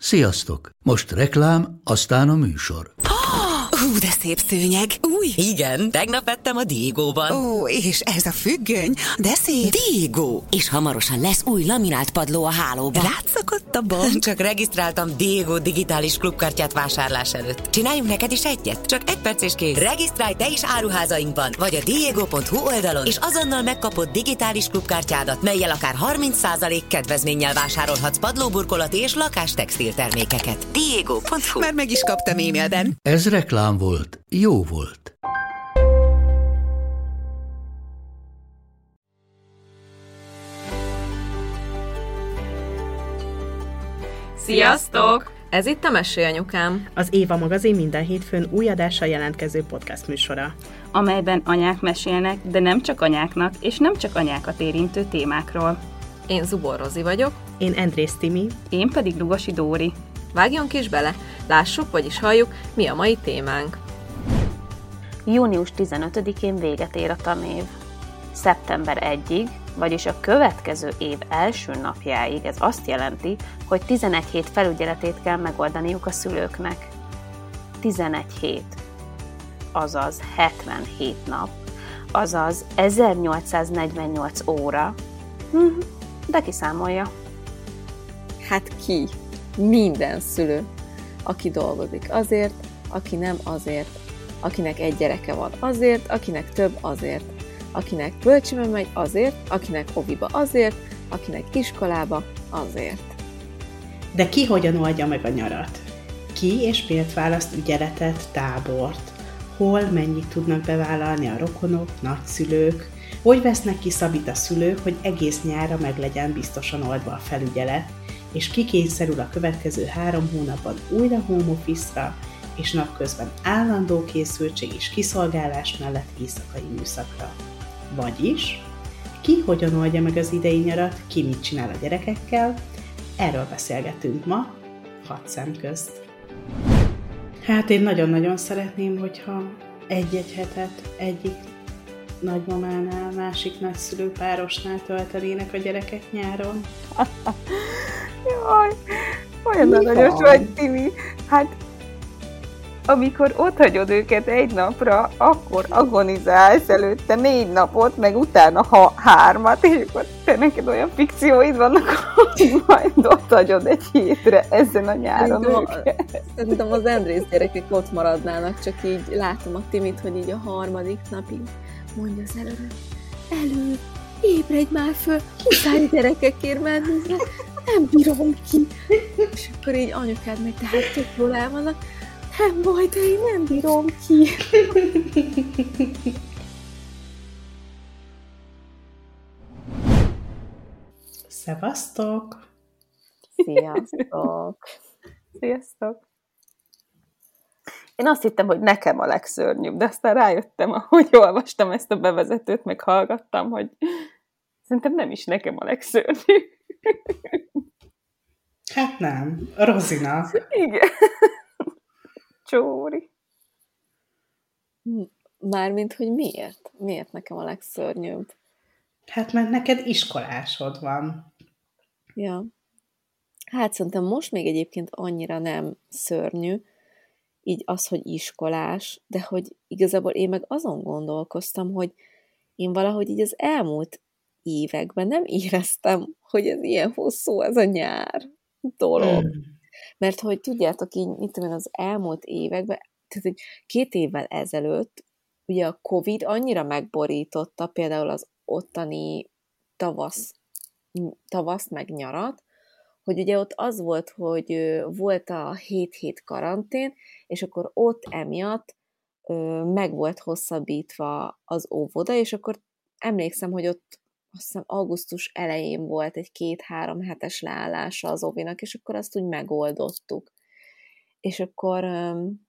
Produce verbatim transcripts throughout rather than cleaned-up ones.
Sziasztok! Most reklám, aztán a műsor. Hú, de szép szőnyeg. Új. Igen, tegnap vettem a Diegóban. Ó, és ez a függöny, de szép. Diegó! És hamarosan lesz új laminált padló a hálóban. Rátszakadt a bank. Csak regisztráltam Diegó digitális klubkártyát vásárlás előtt. Csináljunk neked is egyet? Csak egy perc és kész. Regisztrálj te is áruházainkban, vagy a diego pont hu oldalon, és azonnal megkapod digitális klubkártyádat, mellyel akár harminc százalék kedvezménnyel vásárolhatsz padlóburkolati és lakástextil termékeket. diego pont hu. Már meg is kaptam e-mailben. Ez reklám volt, jó volt. Sziasztok! Ez itt a Mesélyanyukám. Az Éva magazin minden hétfőn új adással jelentkező podcast műsora, amelyben anyák mesélnek, de nem csak anyáknak, és nem csak anyákat érintő témákról. Én Zubor Rozi vagyok. Én Endrész Timi. Én pedig Lugosi Dóri. Vágjunk is bele, lássuk, vagyis halljuk, mi a mai témánk. június tizenötödikén véget ér a tanév. szeptember elsejéig, vagyis a következő év első napjáig ez azt jelenti, hogy tizenegy hét felügyeletét kell megoldaniuk a szülőknek. tizenegy hét, azaz hetvenhét nap, azaz ezernyolcszáznegyvennyolc óra, de ki számolja? Hát ki? Minden szülő, aki dolgozik azért, aki nem azért, akinek egy gyereke van azért, akinek több azért, akinek bölcsőbe megy azért, akinek oviba azért, akinek iskolába azért. De ki hogyan oldja meg a nyarat? Ki és miért választ ügyeletet, tábort? Hol, mennyit tudnak bevállalni a rokonok, nagyszülők? Hogy vesznek ki szabít a szülők, hogy egész nyárra meg legyen biztosan oldva a felügyelet, és kikényszerül a következő három hónapban újra home office-ra, és napközben állandó készültség és kiszolgálás mellett éjszakai műszakra. Vagyis, ki hogyan oldja meg az idei nyarat, ki mit csinál a gyerekekkel, erről beszélgetünk ma, hat szem közt. Hát én nagyon-nagyon szeretném, hogyha egy-egy hetet egyik nagymamánál, másik nagyszülőpárosnál töltenének a gyerekek nyáron. Jaj, olyan aranyos vagy, Timi. Hát, amikor otthagyod őket egy napra, akkor agonizálsz előtte négy napot, meg utána ha hármat, és akkor te neked olyan fikcióid vannak, hogy majd otthagyod egy hétre ezen a nyáron őket. Szerintem az Endrész gyerekek ott maradnának, csak így látom a Timit, hogy így a harmadik napig mondja az előre, elő, ébredj már föl, muszáj gyerekekért menni, nem bírom ki. És akkor így anyukád meg, tehát tök jól el vannak, nem baj, de én nem bírom ki. Szevasztok! Sziasztok! Sziasztok! Én azt hittem, hogy nekem a legszörnyűbb, de aztán rájöttem, ahogy olvastam ezt a bevezetőt, meg hallgattam, hogy szerintem nem is nekem a legszörnyűbb. Hát nem, Rozinak. Igen. Csóri. Mármint, hogy miért? Miért nekem a legszörnyűbb? Hát mert neked iskolásod van. Ja. Hát szerintem most még egyébként annyira nem szörnyű, így az, hogy iskolás, de hogy igazából én meg azon gondolkoztam, hogy én valahogy így az elmúlt években nem éreztem, hogy ez ilyen hosszú ez a nyár dolog. Mm. Mert hogy tudjátok így, mit tudom én, az elmúlt években, tehát hogy két évvel ezelőtt, ugye a Covid annyira megborította például az ottani tavasz, tavaszt meg nyarat, hogy ugye ott az volt, hogy volt a hét hét karantén, és akkor ott emiatt meg volt hosszabbítva az óvoda, és akkor emlékszem, hogy ott azt hiszem augusztus elején volt egy két-három hetes leállása az óvinak, és akkor azt úgy megoldottuk. És akkor um,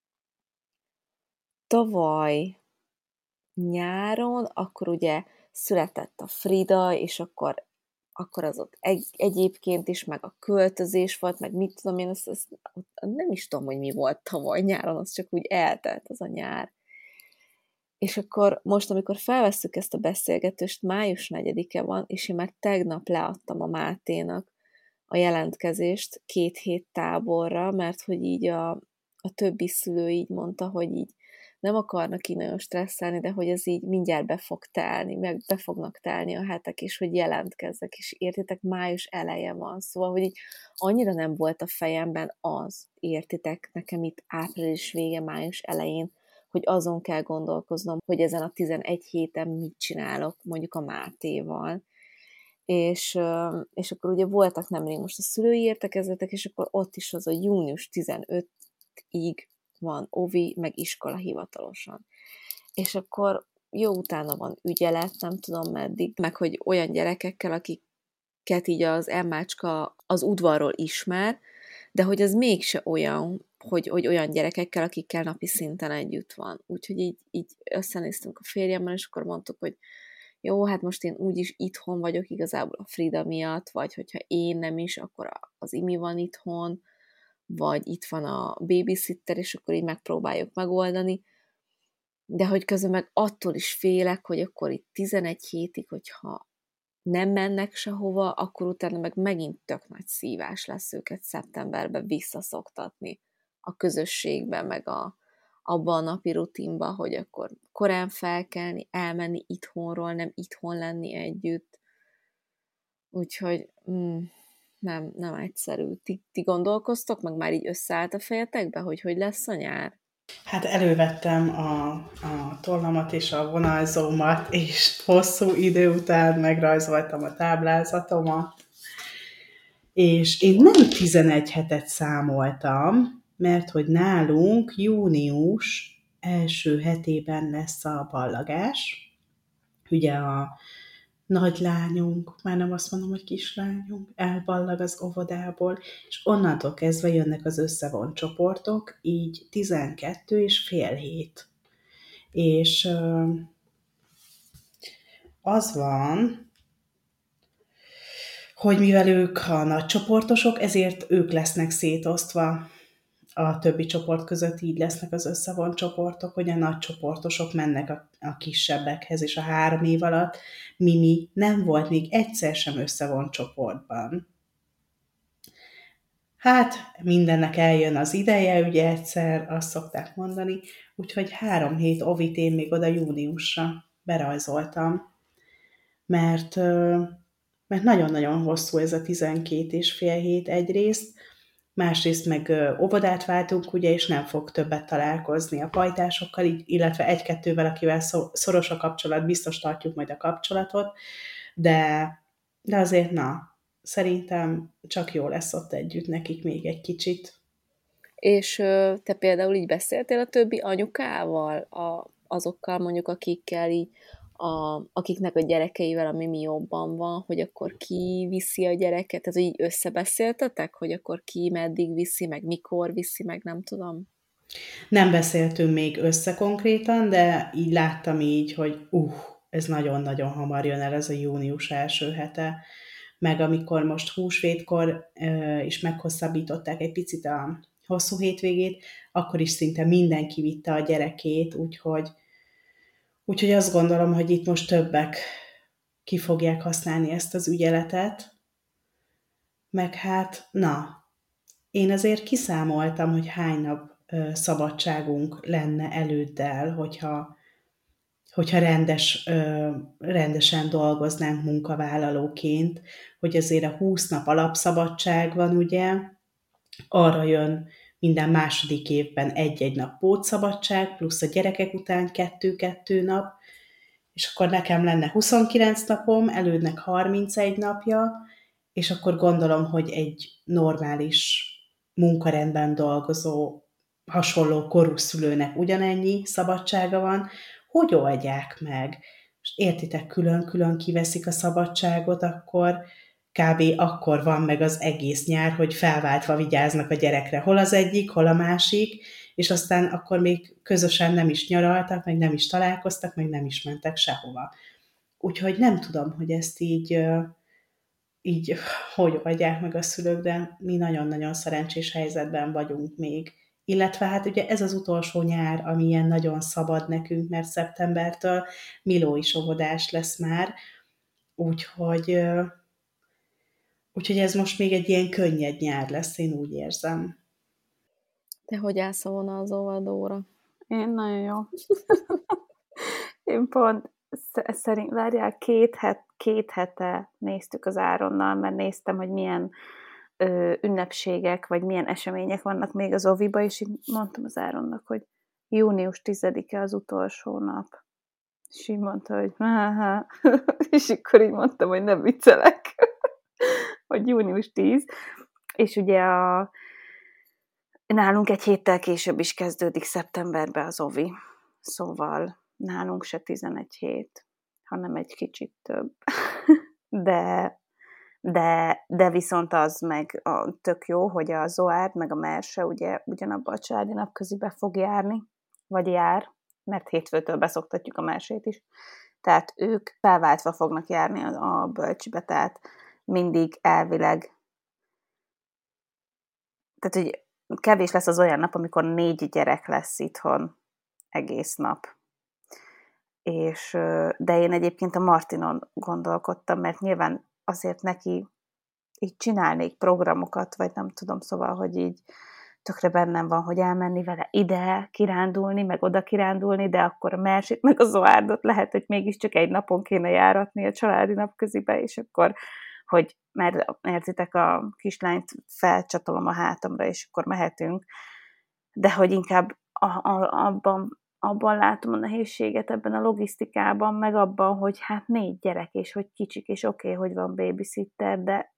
tavaly nyáron, akkor ugye született a Frida, és akkor, akkor az ott egy, egyébként is, meg a költözés volt, meg mit tudom én, azt, azt, nem is tudom, hogy mi volt tavaly nyáron, az csak úgy eltelt az a nyár. És akkor most, amikor felvesszük ezt a beszélgetést, május negyedike van, és én már tegnap leadtam a Máténak a jelentkezést két hét táborra, mert hogy így a, a többi szülő így mondta, hogy így nem akarnak így nagyon stresszelni, de hogy ez így mindjárt be fog telni, meg be fognak telni a hetek, és hogy jelentkezzek, és értitek, május eleje van, szóval, hogy így annyira nem volt a fejemben az, értitek, nekem itt április vége, május elején, hogy azon kell gondolkoznom, hogy ezen a tizenegy héten mit csinálok, mondjuk a Mátéval. És, és akkor ugye voltak nemrég most a szülői értekezletek, és akkor ott is az a június tizenötödiig van ovi, meg iskola hivatalosan. És akkor jó, utána van ügyelet, nem tudom meddig, meg hogy olyan gyerekekkel, akiket így az Emmácska az udvarról ismer, de hogy az mégse olyan, hogy, hogy olyan gyerekekkel, akikkel napi szinten együtt van. Úgyhogy így, így összenéztünk a férjemmel, és akkor mondtuk, hogy jó, hát most én úgyis itthon vagyok igazából a Frida miatt, vagy hogyha én nem is, akkor az Imi van itthon, vagy itt van a babysitter, és akkor így megpróbáljuk megoldani. De hogy közben meg attól is félek, hogy akkor itt tizenegy hétig, hogyha nem mennek sehova, akkor utána meg megint tök nagy szívás lesz őket szeptemberben visszaszoktatni a közösségbe, meg a, abba a napi rutinba, hogy akkor korán felkelni, elmenni itthonról, nem itthon lenni együtt. Úgyhogy mm, nem, nem egyszerű. Ti, ti gondolkoztok, meg már így összeállt a fejetekbe, hogy hogy lesz a nyár? Hát elővettem a, a tollamat és a vonalzómat, és hosszú idő után megrajzoltam a táblázatomat, és én nem tizenegy hetet számoltam, mert hogy nálunk június első hetében lesz a ballagás. Ugye a nagylányunk, már nem azt mondom, hogy kislányunk, elballag az óvodából, és onnantól kezdve jönnek az összevont csoportok, így tizenkettő és fél hét. És az van, hogy mivel ők a nagy csoportosok, ezért ők lesznek szétosztva a többi csoport között, így lesznek az összevont csoportok, hogy a nagy csoportosok mennek a, a kisebbekhez, és a három év alatt Mimi nem volt még egyszer sem összevont csoportban. Hát mindennek eljön az ideje, ugye egyszer azt szokták mondani, úgyhogy három hét ovit én még oda júniusra berajzoltam, mert, mert nagyon-nagyon hosszú ez a tizenkét és fél hét egyrészt, másrészt meg óvodát váltunk, ugye, és nem fog többet találkozni a pajtásokkal, illetve egy-kettővel, akivel szoros a kapcsolat, biztos tartjuk majd a kapcsolatot, de, de azért na, szerintem csak jó lesz ott együtt nekik még egy kicsit. És te például így beszéltél a többi anyukával, a, azokkal mondjuk, akikkel így, a, akiknek a gyerekeivel a Mimi jobban van, hogy akkor ki viszi a gyereket, tehát így összebeszéltetek, hogy akkor ki meddig viszi, meg mikor viszi, meg nem tudom? Nem beszéltünk még össze konkrétan, de így láttam így, hogy uh, ez nagyon-nagyon hamar jön el, ez a június első hete, meg amikor most húsvétkor uh, is meghosszabbították egy picit a hosszú hétvégét, akkor is szinte mindenki vitte a gyerekét, úgyhogy Úgyhogy azt gondolom, hogy itt most többek ki fogják használni ezt az ügyeletet, meg hát, na, én azért kiszámoltam, hogy hány nap ö, szabadságunk lenne előddel, hogyha, hogyha rendes, ö, rendesen dolgoznánk munkavállalóként, hogy azért a húsz nap alapszabadság van, ugye, arra jön minden második évben egy-egy nap pótszabadság, plusz a gyerekek után kettő-kettő nap, és akkor nekem lenne huszonkilenc napom, elődnek harmincegy napja, és akkor gondolom, hogy egy normális munkarendben dolgozó, hasonló korú szülőnek ugyanennyi szabadsága van, hogy oldják meg? És értitek, külön-külön kiveszik a szabadságot, akkor kb. Akkor van meg az egész nyár, hogy felváltva vigyáznak a gyerekre, hol az egyik, hol a másik, és aztán akkor még közösen nem is nyaraltak, meg nem is találkoztak, meg nem is mentek sehova. Úgyhogy nem tudom, hogy ezt így, így hogy oldják meg a szülők, de mi nagyon-nagyon szerencsés helyzetben vagyunk még. Illetve hát ugye ez az utolsó nyár, ami ilyen nagyon szabad nekünk, mert szeptembertől Miló is óvodás lesz már, úgyhogy Úgyhogy ez most még egy ilyen könnyed nyár lesz, én úgy érzem. Te hogy állsz volna az óvadóra? Én nagyon jó. Én pont szerint, várjál, két, het, két hete néztük az Áronnal, mert néztem, hogy milyen ö, ünnepségek, vagy milyen események vannak még az oviba, és így mondtam az Áronnak, hogy június tizedike az utolsó nap. És így mondta, hogy ha-ha. És akkor így mondtam, hogy nem viccelek, hogy június tíz. És ugye a, nálunk egy héttel később is kezdődik szeptemberben az ovi. Szóval nálunk se tizenegy hét, hanem egy kicsit több. De, de, de viszont az meg a, tök jó, hogy a Zoárd meg a Merse ugye ugyanabban a családi napközibe fog járni, vagy jár, mert hétfőtől beszoktatjuk a Mersét is. Tehát ők felváltva fognak járni a, a bölcsibe, tehát mindig elvileg, tehát hogy kevés lesz az olyan nap, amikor négy gyerek lesz itthon egész nap. És, de én egyébként a Martinon gondolkodtam, mert nyilván azért neki így csinálnék programokat, vagy nem tudom, szóval, hogy így tökre bennem van, hogy elmenni vele ide kirándulni, meg oda kirándulni, de akkor a Mersit, meg a Zoárdot lehet, hogy mégiscsak egy napon kéne járatni a családi napközibe, és akkor, hogy mert értitek, a kislányt felcsatolom a hátamra, és akkor mehetünk, de hogy inkább a, a, abban abban látom a nehézséget, ebben a logisztikában, meg abban, hogy hát négy gyerek, és hogy kicsik, és oké, okay, hogy van babysitter, de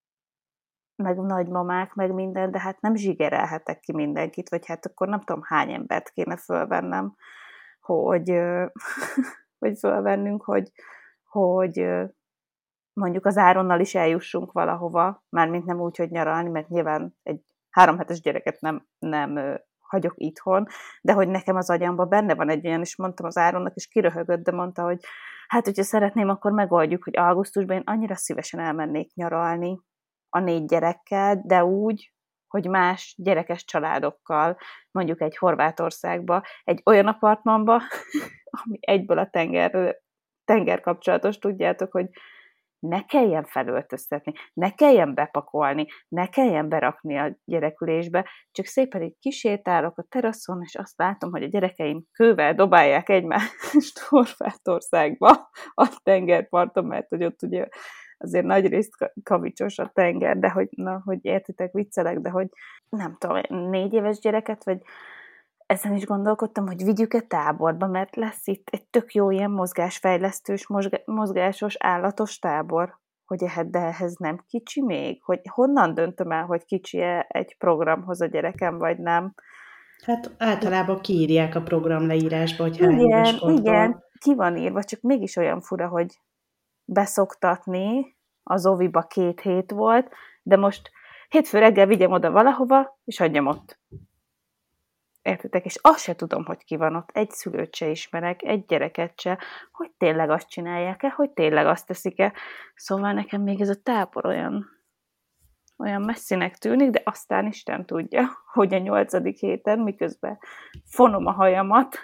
meg nagymamák, meg minden, de hát nem zsigerelhetek ki mindenkit, vagy hát akkor nem tudom, hány embert kéne fölvennem, hogy, hogy fölvennünk, hogy, hogy mondjuk az Áronnal is eljussunk valahova, mármint nem úgy, hogy nyaralni, mert nyilván egy három hetes gyereket nem, nem hagyok itthon, de hogy nekem az agyamban benne van egy olyan, és mondtam az Áronnak, és kiröhögött, de mondta, hogy hát, hogyha szeretném, akkor megoldjuk, hogy augusztusban én annyira szívesen elmennék nyaralni a négy gyerekkel, de úgy, hogy más gyerekes családokkal, mondjuk egy Horvátországba, egy olyan apartmanba, ami egyből a tenger, tenger kapcsolatos, tudjátok, hogy ne kelljen felöltöztetni, ne kelljen bepakolni, ne kelljen berakni a gyerekülésbe, csak szépen így kisétálok a teraszon, és azt látom, hogy a gyerekeim kővel dobálják egymást Horvátországba a tengerparton, mert hogy ott ugye azért nagyrészt kavicsos a tenger, de hogy, na, hogy értitek, viccelek, de hogy nem tudom, négy éves gyereket, vagy ezen is gondolkodtam, hogy vigyük-e táborba, mert lesz itt egy tök jó ilyen mozgásfejlesztős, mozgásos, állatos tábor, hogy ehhez, de ehhez nem kicsi még? Hogy honnan döntöm el, hogy kicsi-e egy programhoz a gyerekem, vagy nem? Hát általában kiírják a program leírásba, hogy hány éves kortól. Igen, ki van írva, csak mégis olyan fura, hogy beszoktatni, az oviba két hét volt, de most hétfő reggel vigyem oda valahova, és hagyjam ott. Értitek? És azt se tudom, hogy ki van ott. Egy szülőt se ismerek, egy gyereket se, hogy tényleg azt csinálják-e, hogy tényleg azt teszik-e. Szóval nekem még ez a tábor olyan, olyan messzinek tűnik, de aztán Isten tudja, hogy a nyolcadik héten, miközben fonom a hajamat,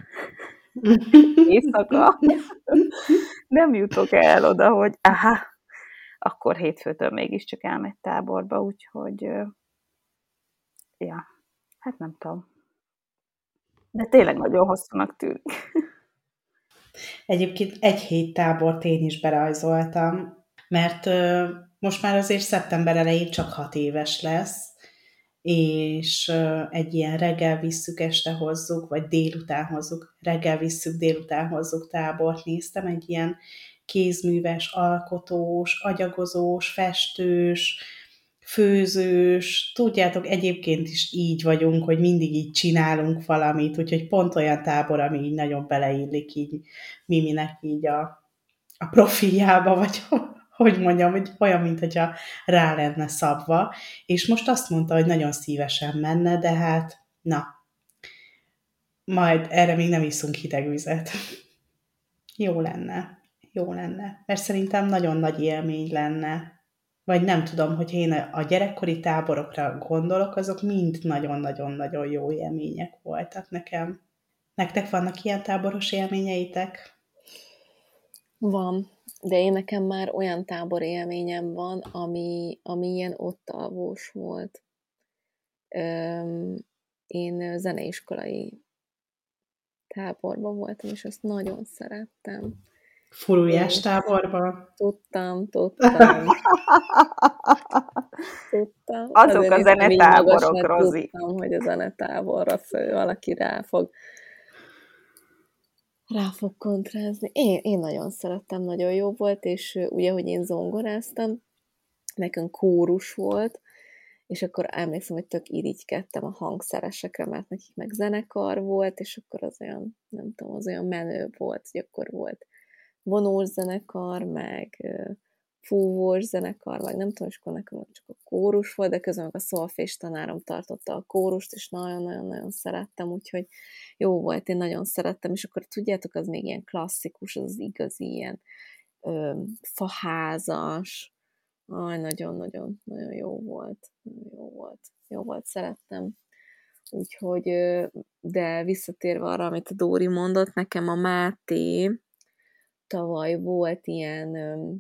éjszaka, nem jutok el oda, hogy aha, akkor hétfőtől mégiscsak elmegy táborba, úgyhogy ja, hát nem tudom. De tényleg nagyon hosszúnak tűnik. Egyébként egy hét tábort én is berajzoltam, mert ö, most már azért szeptember elején csak hat éves lesz, és ö, egy ilyen reggel visszük, este hozzuk, vagy délután hozzuk, reggel visszük, délután hozzuk tábort néztem, egy ilyen kézműves, alkotós, agyagozós, festős, főzős, tudjátok, egyébként is így vagyunk, hogy mindig így csinálunk valamit, úgyhogy pont olyan tábor, ami így nagyon beleillik így Miminek így a, a profiljába, vagy hogy mondjam, hogy olyan, mint hogyha rá lenne szabva, és most azt mondta, hogy nagyon szívesen menne, de hát, na, majd erre még nem iszunk hideg vizet. Jó lenne, jó lenne, mert szerintem nagyon nagy élmény lenne. Vagy nem tudom, hogy én a gyerekkori táborokra gondolok, azok mind nagyon-nagyon-nagyon jó élmények voltak nekem. Nektek vannak ilyen táboros élményeitek? Van, de én nekem már olyan tábor élményem van, ami, ami ilyen ott alvós volt. Öm, én zeneiskolai táborban voltam, és azt nagyon szerettem. Furujás És táborban. Tudtam, tudtam. tudtam. Azok Azért a néztem így zenetáborok, magasra, Rozi. tudtam, hogy a zenetáborra fő, valaki rá fog rá fog kontrázni. Én, én nagyon szerettem, nagyon jó volt, és ugye, hogy én zongoráztam, nekünk kórus volt, és akkor emlékszem, hogy tök irigykedtem a hangszeresekre, mert nekik meg zenekar volt, és akkor az olyan, nem tudom, az olyan menő volt, hogy akkor volt vonós zenekar, meg fúvós zenekar, meg nem tudom, és akkor nekem csak a kórus volt, de közben meg a szolfés tanárom tartotta a kórust, és nagyon-nagyon-nagyon szerettem, úgyhogy jó volt, én nagyon szerettem, és akkor tudjátok, az még ilyen klasszikus, az, az igazi ilyen ö, faházas, aj, nagyon-nagyon-nagyon jó volt, jó volt, jó volt, szerettem. Úgyhogy, de visszatérve arra, amit a Dóri mondott, nekem a Máté tavaly volt ilyen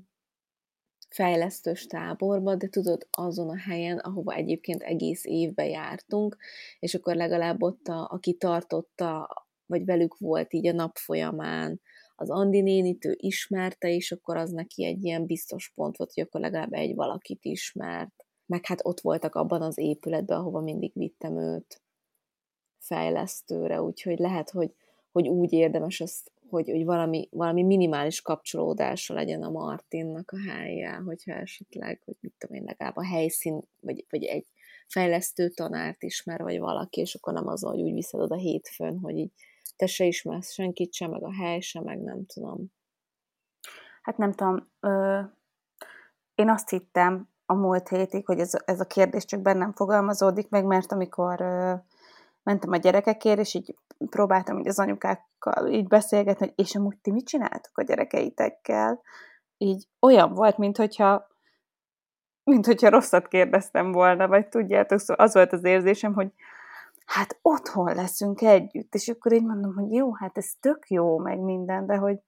fejlesztős táborban, de tudod, azon a helyen, ahova egyébként egész évben jártunk, és akkor legalább ott, a, aki tartotta, vagy velük volt így a nap folyamán, az Andi nénit ő ismerte, és akkor az neki egy ilyen biztos pont volt, hogy akkor legalább egy valakit ismert. Meg hát ott voltak abban az épületben, ahova mindig vittem őt fejlesztőre, úgyhogy lehet, hogy, hogy úgy érdemes azt, hogy, hogy valami, valami minimális kapcsolódása legyen a Martinnak a helyen, hogyha esetleg, hogy mit tudom én, legalább a helyszín, vagy, vagy egy fejlesztő tanárt ismer, vagy valaki, és akkor nem az, hogy úgy viszed oda hétfőn, hogy így te se ismersz senkit sem, meg a hely sem, meg nem tudom. Hát nem tudom, ö, én azt hittem a múlt hétig, hogy ez, ez a kérdés csak bennem fogalmazódik meg, mert amikor ö, mentem a gyerekekért, és így próbáltam így az anyukákkal így beszélgetni, hogy és amúgy ti mit csináltok a gyerekeitekkel? Így olyan volt, mint hogyha, mint hogyha rosszat kérdeztem volna, vagy tudjátok, szóval az volt az érzésem, hogy hát otthon leszünk együtt, és akkor így mondom, hogy jó, hát ez tök jó, meg minden, de hogy,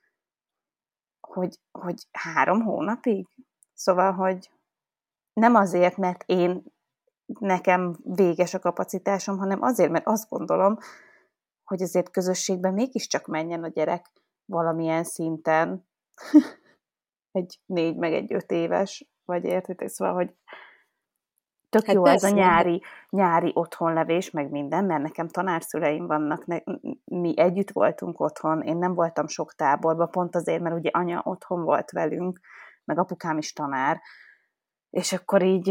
hogy, hogy három hónapig? Szóval, hogy nem azért, mert én nekem véges a kapacitásom, hanem azért, mert azt gondolom, hogy azért közösségben mégiscsak menjen a gyerek valamilyen szinten. egy négy, meg egy öt éves, vagy értitek? Szóval, hogy tök hát jó persze, ez a nyári, nyári otthonlevés, meg minden, mert nekem tanárszüleim vannak, ne, mi együtt voltunk otthon, én nem voltam sok táborban, pont azért, mert ugye anya otthon volt velünk, meg apukám is tanár, és akkor így,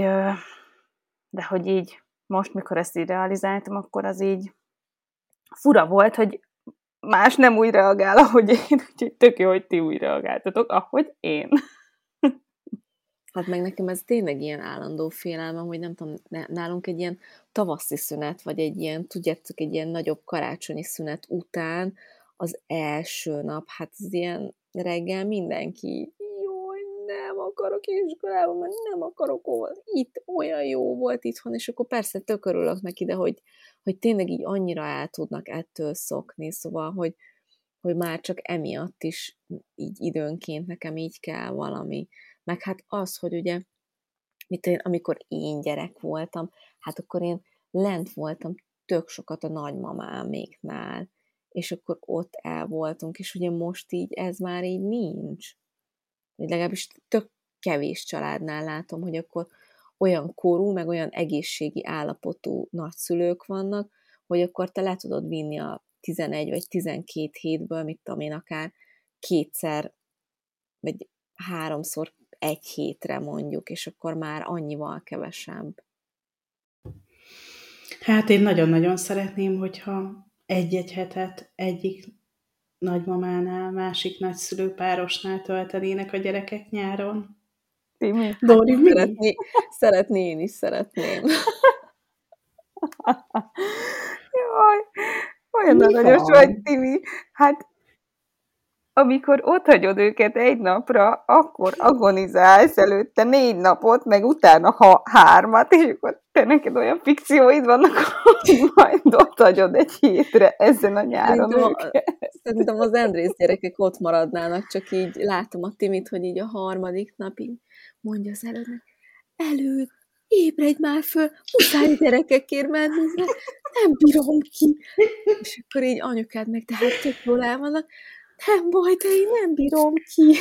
de hogy így most, mikor ezt így realizáltam, akkor az így fura volt, hogy más nem úgy reagál, ahogy én, úgyhogy tök jó, hogy ti úgy reagáltatok, ahogy én. Hát meg nekem ez tényleg ilyen állandó félelmem, hogy nem tudom, nálunk egy ilyen tavaszi szünet, vagy egy ilyen, tudjátok, egy ilyen nagyobb karácsonyi szünet után az első nap, hát az ilyen reggel mindenki, jaj, nem akarok iskolába, mert nem akarok hol. Itt olyan jó volt itthon, és akkor persze tök örülök neki, de hogy, hogy tényleg így annyira el tudnak ettől szokni, szóval, hogy, hogy már csak emiatt is így időnként nekem így kell valami. Meg hát az, hogy ugye, mit én, amikor én gyerek voltam, hát akkor én lent voltam tök sokat a nagymamáméknál, és akkor ott el voltunk, és ugye most így ez már így nincs. Vagy legalábbis tök kevés családnál látom, hogy akkor olyan korú, meg olyan egészségi állapotú nagyszülők vannak, hogy akkor te le tudod vinni a tizenegy vagy tizenkét hétből, mit tudom én, akár kétszer, vagy háromszor egy hétre mondjuk, és akkor már annyival kevesebb. Hát én nagyon-nagyon szeretném, hogyha egy-egy hetet egyik nagymamánál, másik nagyszülőpárosnál töltenének a gyerekek nyáron. Timi? Dóri, hát, mi? Szeretné, szeretné, én is szeretném. Jaj, olyan aranyos vagy, Timi. Hát amikor ott hagyod őket egy napra, akkor agonizálsz előtte négy napot, meg utána ha hármat, és akkor te neked olyan fikcióid vannak, hogy majd ott hagyod egy hétre ezen a nyáron Szerintem, őket. a, szerintem az Andrész gyerekek ott maradnának, csak így látom a Timit, hogy így a harmadik napig mondja az elődnek, előd, ébredj már föl, muszáj gyerekekért menni, nem bírom ki. És akkor így anyukád meg, tehát tök jól el vannak, nem baj, de én nem bírom ki.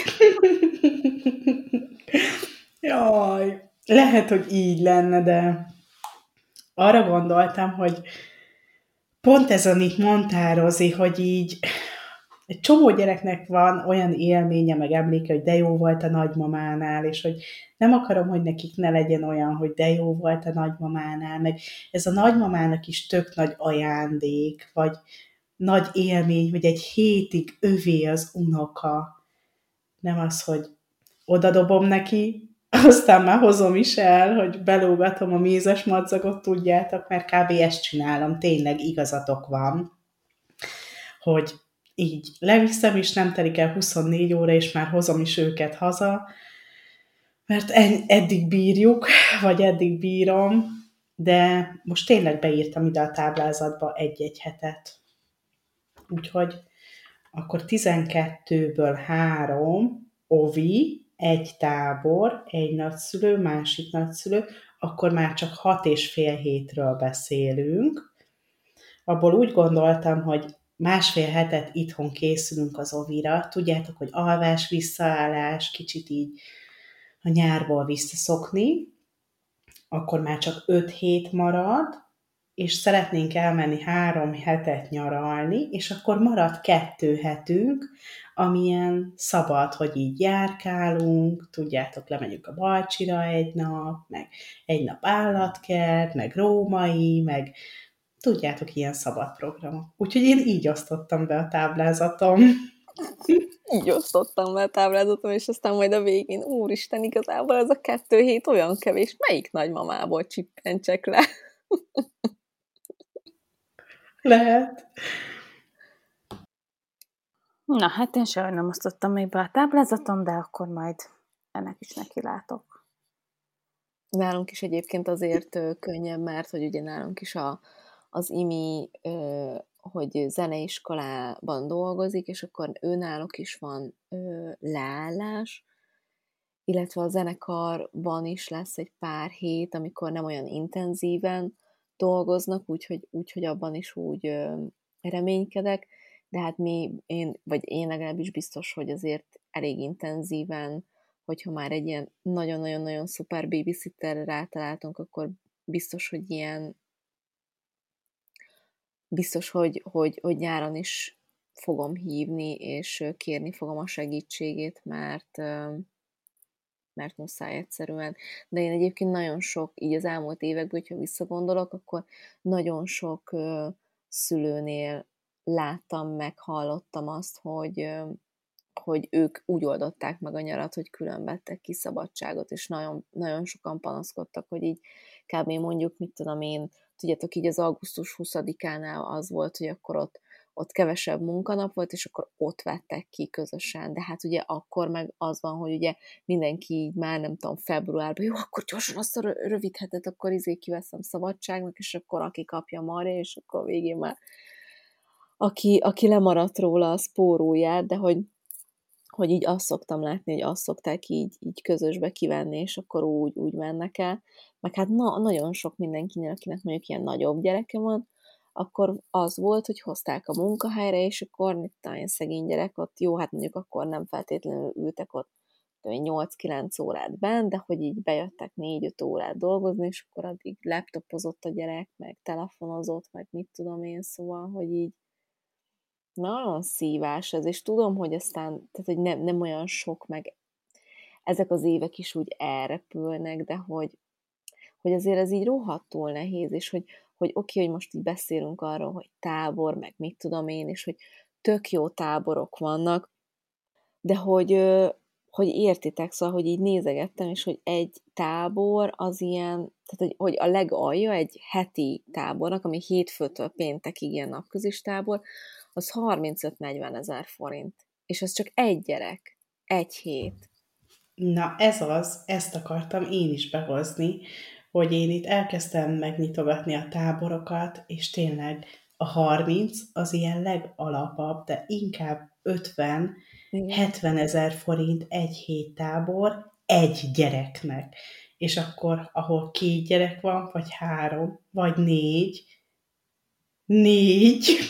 Jaj, lehet, hogy így lenne, de arra gondoltam, hogy pont ez, amit mondtál, Rozi, hogy így egy csomó gyereknek van olyan élménye, meg emléke, hogy de jó volt a nagymamánál, és hogy nem akarom, hogy nekik ne legyen olyan, hogy de jó volt a nagymamánál, meg ez a nagymamának is tök nagy ajándék, vagy nagy élmény, hogy egy hétig övé az unoka. Nem az, hogy odadobom neki, aztán már hozom is el, hogy belógatom a mézes madzagot, tudjátok, mert kb. Ezt csinálom, tényleg igazatok van, hogy így leviszem, és nem telik el huszonnégy óra, és már hozom is őket haza, mert eddig bírjuk, vagy eddig bírom, de most tényleg beírtam ide a táblázatba egy-egy hetet. Úgyhogy akkor tizenkettőből három ovi, egy tábor, egy nagyszülő, másik nagyszülő, akkor már csak hat és fél hétről beszélünk. Abból úgy gondoltam, hogy másfél hetet itthon készülünk az ovira. Tudjátok, hogy alvás, visszaállás, kicsit így a nyárból visszaszokni, akkor már csak öt hét marad, és szeretnénk elmenni három hetet nyaralni, és akkor marad kettő hetünk, amilyen szabad, hogy így járkálunk, tudjátok, lemegyünk a Balcsira egy nap, meg egy nap állatkert, meg római, meg tudjátok, ilyen szabad programok. Úgyhogy én így osztottam be a táblázatom. Így osztottam be a táblázatom, és aztán majd a végén, úristen, igazából ez a kettő hét olyan kevés, melyik nagymamából csippentsek le? Lehet. Na, hát én sehogy nem osztottam még be a táblázatom, de akkor majd ennek is neki látok. Nálunk is egyébként azért ö, könnyebb, mert hogy ugye nálunk is a, az Imi, ö, hogy zeneiskolában dolgozik, és akkor ő náluk is van ö, leállás, illetve a zenekarban is lesz egy pár hét, amikor nem olyan intenzíven dolgoznak, úgyhogy, úgyhogy abban is úgy ö, reménykedek, de hát mi, én, vagy én legalábbis biztos, hogy azért elég intenzíven, hogyha már egy ilyen nagyon-nagyon-nagyon szuper babysitterre rátaláltunk, akkor biztos, hogy ilyen biztos, hogy, hogy, hogy nyáron is fogom hívni, és kérni fogom a segítségét, mert, mert muszáj egyszerűen. De én egyébként nagyon sok, így az elmúlt években, hogyha visszagondolok, akkor nagyon sok szülőnél láttam, meg hallottam azt, hogy, hogy ők úgy oldották meg a nyarat, hogy külön vettek ki szabadságot, és nagyon, nagyon sokan panaszkodtak, hogy így kb. Mondjuk, mit tudom én, tudjátok, így az augusztus huszadikánál az volt, hogy akkor ott, ott kevesebb munkanap volt, és akkor ott vettek ki közösen. De hát ugye akkor meg az van, hogy ugye mindenki így már, nem tudom, februárban, jó, akkor gyorsan azt a rövid hetet, akkor izé kiveszem szabadságnak, és akkor aki kapja marja, és akkor végén már aki, aki lemaradt róla, az spóróját, de hogy hogy így azt szoktam látni, hogy azt szokták így, így közösbe kivenni, és akkor úgy, úgy mennek el. Meg hát na, nagyon sok mindenkinél, akinek mondjuk ilyen nagyobb gyereke van, akkor az volt, hogy hozták a munkahelyre, és akkor mit tudom én, szegény gyerek ott, jó, hát mondjuk akkor nem feltétlenül ültek ott nyolc-kilenc órát benn, de hogy így bejöttek négy-öt órát dolgozni, és akkor addig laptopozott a gyerek, meg telefonozott, meg mit tudom én, szóval, hogy így nagyon szívás ez, és tudom, hogy aztán, tehát, hogy nem, nem olyan sok, meg ezek az évek is úgy elrepülnek, de hogy, hogy azért ez így rohadtul nehéz, és hogy, hogy oké, hogy most így beszélünk arról, hogy tábor, meg mit tudom én, és hogy tök jó táborok vannak, de hogy, hogy értitek, szóval, hogy így nézegettem, és hogy egy tábor az ilyen, tehát hogy, hogy a legalja egy heti tábornak, ami hétfőtől péntekig ilyen napközis tábor, az harmincöt-negyven ezer forint. és az csak egy gyerek, egy hét. Na ez az, ezt akartam én is behozni, hogy én itt elkezdtem megnyitogatni a táborokat, és tényleg a harminc az ilyen legalapabb, de inkább ötven-hetven ezer forint egy hét tábor egy gyereknek. És akkor, ahol két gyerek van, vagy három, vagy négy, négy,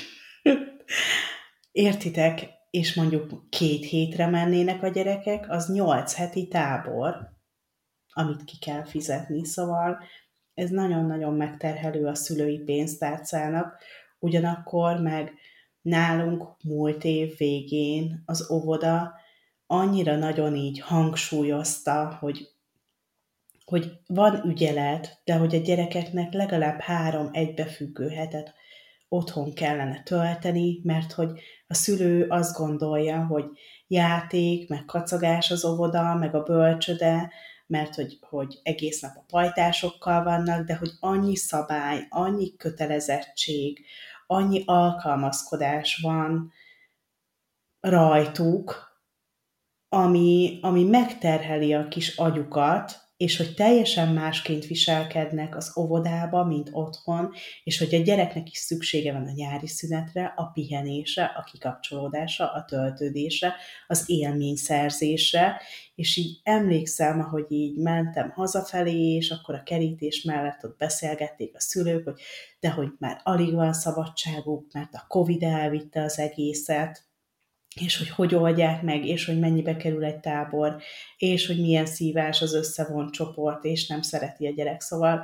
értitek, és mondjuk két hétre mennének a gyerekek, az nyolc heti tábor, amit ki kell fizetni. Szóval ez nagyon-nagyon megterhelő a szülői pénztárcának, ugyanakkor meg nálunk múlt év végén az óvoda annyira nagyon így hangsúlyozta, hogy, hogy van ügyelet, de hogy a gyerekeknek legalább három egybefüggő hetet otthon kellene tölteni, mert hogy a szülő azt gondolja, hogy játék, meg kacagás az óvoda, meg a bölcsöde, mert hogy, hogy egész nap a pajtásokkal vannak, de hogy annyi szabály, annyi kötelezettség, annyi alkalmazkodás van rajtuk, ami, ami megterheli a kis agyukat, és hogy teljesen másként viselkednek az óvodába, mint otthon, és hogy a gyereknek is szüksége van a nyári szünetre, a pihenésre, a kikapcsolódásra, a töltődésre, az élményszerzésre, és így emlékszem, ahogy így mentem hazafelé, és akkor a kerítés mellett ott beszélgették a szülők, hogy de hogy már alig van szabadságuk, mert a Covid elvitte az egészet, és hogy hogy oldják meg, és hogy mennyibe kerül egy tábor, és hogy milyen szívás az összevont csoport, és nem szereti a gyerek. Szóval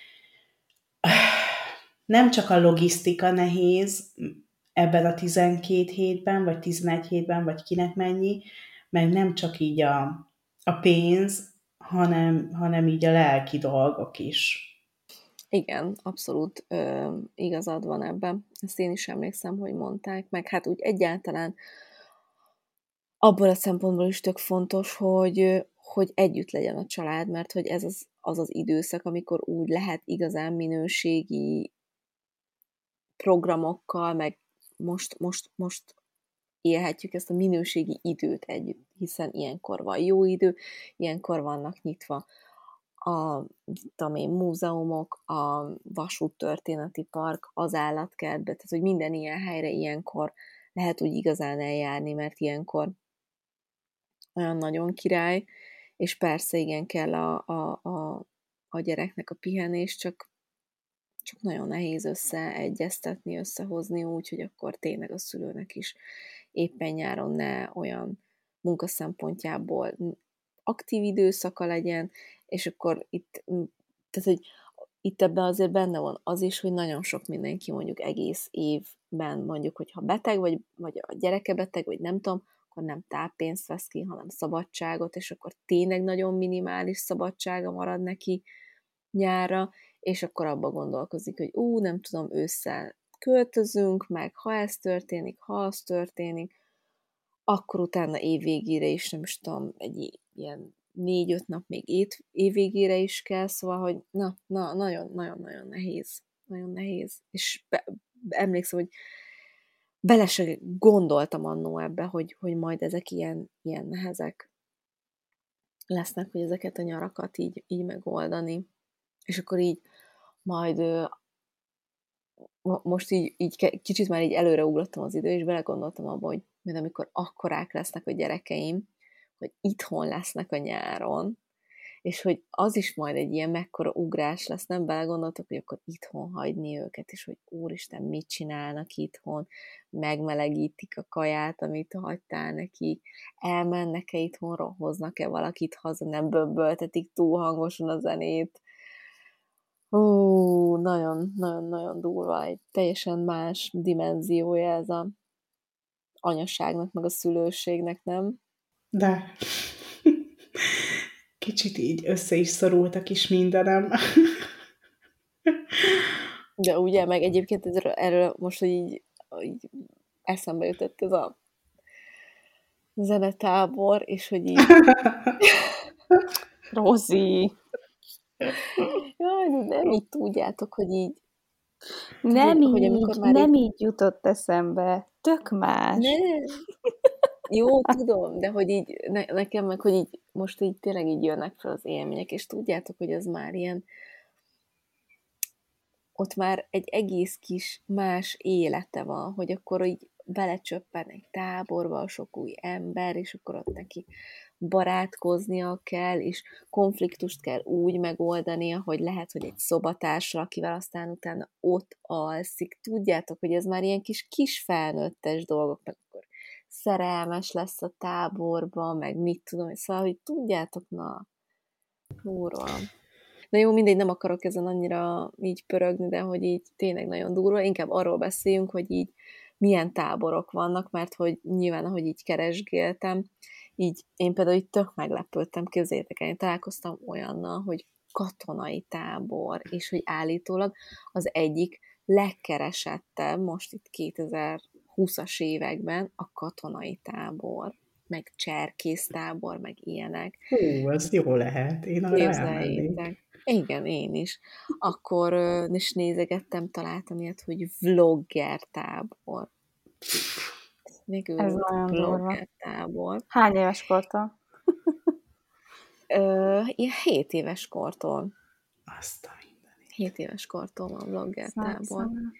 nem csak a logisztika nehéz ebben a tizenkét hétben, vagy tizenegy hétben, vagy kinek mennyi, meg nem csak így a, a pénz, hanem, hanem így a lelki dolgok is. Igen, abszolút ö, igazad van ebben. Ezt én is emlékszem, hogy mondták, meg hát úgy egyáltalán abból a szempontból is tök fontos, hogy, hogy együtt legyen a család, mert hogy ez az, az az időszak, amikor úgy lehet igazán minőségi programokkal, meg most, most, most élhetjük ezt a minőségi időt együtt, hiszen ilyenkor van jó idő, ilyenkor vannak nyitva a tudom én, múzeumok, a vasúttörténeti park, az állatkertbe, tehát hogy minden ilyen helyre ilyenkor lehet úgy igazán eljárni, mert ilyenkor olyan nagyon király, és persze igen kell a, a, a, a gyereknek a pihenés, csak, csak nagyon nehéz összeegyeztetni, összehozni úgy, hogy akkor tényleg a szülőnek is éppen nyáron ne olyan munka szempontjából aktív időszaka legyen, és akkor itt, tehát, hogy itt ebben azért benne van az is, hogy nagyon sok mindenki mondjuk egész évben mondjuk, hogyha beteg, vagy, vagy a gyereke beteg, vagy nem tudom, akkor nem táppénzt vesz ki, hanem szabadságot, és akkor tényleg nagyon minimális szabadsága marad neki nyárra, és akkor abba gondolkozik, hogy ú, nem tudom, ősszel költözünk, meg ha ez történik, ha az történik, akkor utána évvégére is, nem is tudom, egy ilyen négy-öt nap még év, évvégére is kell, szóval, hogy na, na, nagyon-nagyon-nagyon nehéz. Nagyon nehéz. És be, emlékszem, hogy bele se gondoltam annó ebbe, hogy, hogy majd ezek ilyen, ilyen nehezek lesznek, hogy ezeket a nyarakat így, így megoldani. És akkor így majd most így, így kicsit már így előreugrottam az idő, és belegondoltam abba, hogy majd amikor akkorák lesznek a gyerekeim, hogy itthon lesznek a nyáron, és hogy az is majd egy ilyen mekkora ugrás lesz, nem belegondoltok, hogy akkor itthon hagyni őket, és hogy úristen, mit csinálnak itthon, megmelegítik a kaját, amit hagytál nekik, elmennek-e itthonról, hoznak-e valakit haza, nem bömböltetik túl hangosan a zenét. Ó, nagyon-nagyon-nagyon durva, egy teljesen más dimenziója ez a anyaságnak, meg a szülőségnek, nem? De kicsit így össze is szorult a kis mindenem. De ugye, meg egyébként erről, erről most, hogy így, így eszembe jutott ez a zenetábor, és hogy így... Rozi! Jaj, de nem így tudjátok, hogy így... Nem hogy, így, hogy amikor már nem így... így jutott eszembe. Tök más. Nem. Jó, tudom, de hogy így, ne, nekem meg, hogy így, most így tényleg így jönnek fel az élmények, és tudjátok, hogy ez már ilyen, ott már egy egész kis más élete van, hogy akkor így belecsöppen egy táborba sok új ember, és akkor ott neki barátkoznia kell, és konfliktust kell úgy megoldania, hogy lehet, hogy egy szobatársra, akivel aztán utána ott alszik. Tudjátok, hogy ez már ilyen kis kis felnőttes dolgok, meg akkor szerelmes lesz a táborba, meg mit tudom, szóval, hogy tudjátok, na, durva. Na jó, mindegy, nem akarok ezen annyira így pörögni, de hogy így tényleg nagyon durva, inkább arról beszéljünk, hogy így milyen táborok vannak, mert hogy nyilván, ahogy így keresgéltem, így én például így tök meglepődtem, képzeljétek el, én találkoztam olyannal, hogy katonai tábor, és hogy állítólag az egyik legkeresettebb most itt kétezer-húszas években a katonai tábor, meg cserkésztábor, meg ilyenek. Hú, ez jó lehet, én arra elmennék. Képzeljétek. Igen, én is. Akkor ö, is nézegettem, találtam ilyet, hogy vlogger tábor. Végül Ez nagyon durva. vlogger tábor. Hány éves kortól? Ö, ilyen hét éves kortól. Azt a mindenit. hét éves kortól van vlogger Szóval- tábor. szóval-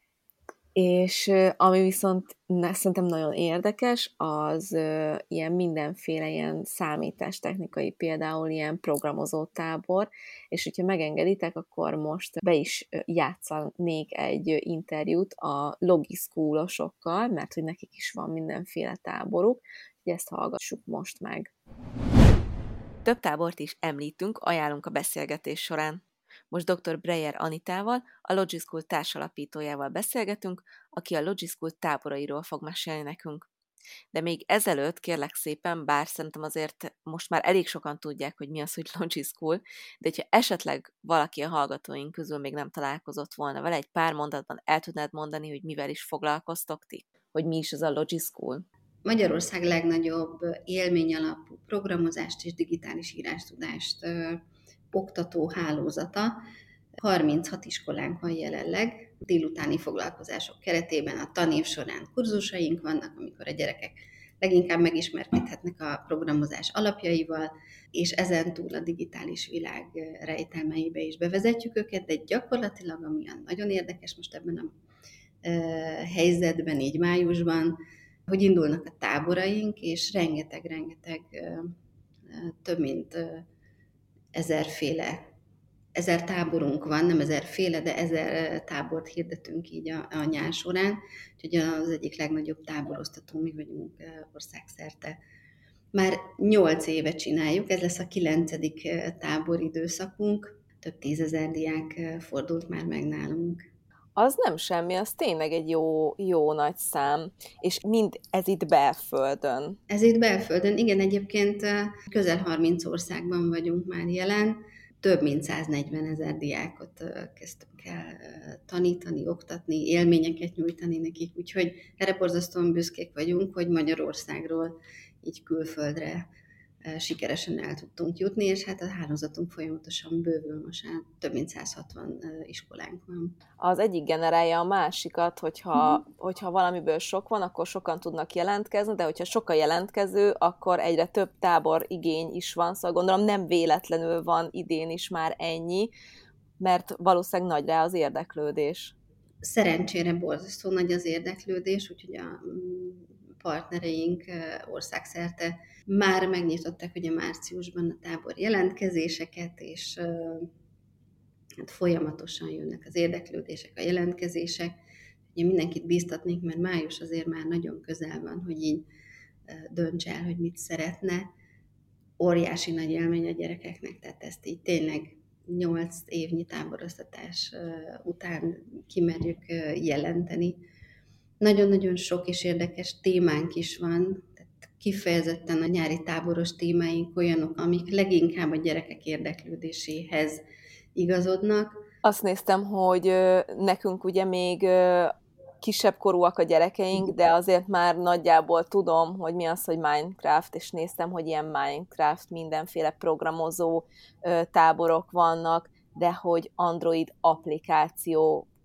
És ö, ami viszont ne, szerintem nagyon érdekes, az ö, ilyen mindenféle ilyen számítástechnikai, például ilyen programozó tábor, és hogyha megengeditek, akkor most be is ö, játszanék egy ö, interjút a logiszkúlosokkal, mert hogy nekik is van mindenféle táboruk, hogy ezt hallgassuk most meg. Több tábort is említünk, ajánlunk a beszélgetés során. Most dr. Breyer Anitával, a Logischool társalapítójával beszélgetünk, aki a Logischool táborairól fog mesélni nekünk. De még ezelőtt, kérlek szépen, bár szerintem azért most már elég sokan tudják, hogy mi az, hogy Logischool, de hogyha esetleg valaki a hallgatóink közül még nem találkozott volna vele, egy pár mondatban el tudnád mondani, hogy mivel is foglalkoztok ti? Hogy mi is az a Logischool? Magyarország legnagyobb élményalapú programozást és digitális írástudást ö, oktató hálózata. harminchat iskolánk van jelenleg, délutáni foglalkozások keretében a tanév során kurzusaink vannak, amikor a gyerekek leginkább megismerkedhetnek a programozás alapjaival, és ezen túl a digitális világ rejtelmeibe is bevezetjük őket, de gyakorlatilag, ami nagyon érdekes most ebben a ö, helyzetben, így májusban, hogy indulnak a táboraink, és rengeteg-rengeteg, több mint ezerféle, ezer táborunk van, nem ezerféle, de ezer tábort hirdetünk így a, a nyár során, úgyhogy az egyik legnagyobb táboroztató mi vagyunk országszerte. Már nyolc éve csináljuk, ez lesz a kilencedik táboridőszakunk, több tízezer diák fordult már meg nálunk. Az nem semmi, az tényleg egy jó, jó nagy szám, és mind ez itt belföldön. Ez itt belföldön, igen, egyébként közel harminc országban vagyunk már jelen, több mint száznegyven ezer diákot kezdtünk el tanítani, oktatni, élményeket nyújtani nekik, úgyhogy erre borzasztóan büszkék vagyunk, hogy Magyarországról így külföldre sikeresen el tudtunk jutni, és hát a hálózatunk folyamatosan bővül, most már több mint száz hatvan iskolánk van. Az egyik generálja a másikat, hogyha, mm. hogyha valamiből sok van, akkor sokan tudnak jelentkezni, de hogyha sok a jelentkező, akkor egyre több tábor igény is van, szóval gondolom nem véletlenül van idén is már ennyi, mert valószínűleg nagy rá az érdeklődés. Szerencsére borzasztó nagy az érdeklődés, úgyhogy a partnereink országszerte már megnyitották ugye márciusban a tábor jelentkezéseket, és hát folyamatosan jönnek az érdeklődések, a jelentkezések. Ugye mindenkit bíztatnék, mert május azért már nagyon közel van, hogy így dönts el, hogy mit szeretne. Óriási nagy élmény a gyerekeknek, tehát ezt így tényleg nyolc évnyi táboroztatás után kimerjük jelenteni. Nagyon-nagyon sok és érdekes témánk is van, tehát kifejezetten a nyári táboros témáink olyanok, amik leginkább a gyerekek érdeklődéséhez igazodnak. Azt néztem, hogy nekünk ugye még kisebb korúak a gyerekeink, de azért már nagyjából tudom, hogy mi az, hogy Minecraft, és néztem, hogy ilyen Minecraft, mindenféle programozó táborok vannak, de hogy Android applikáció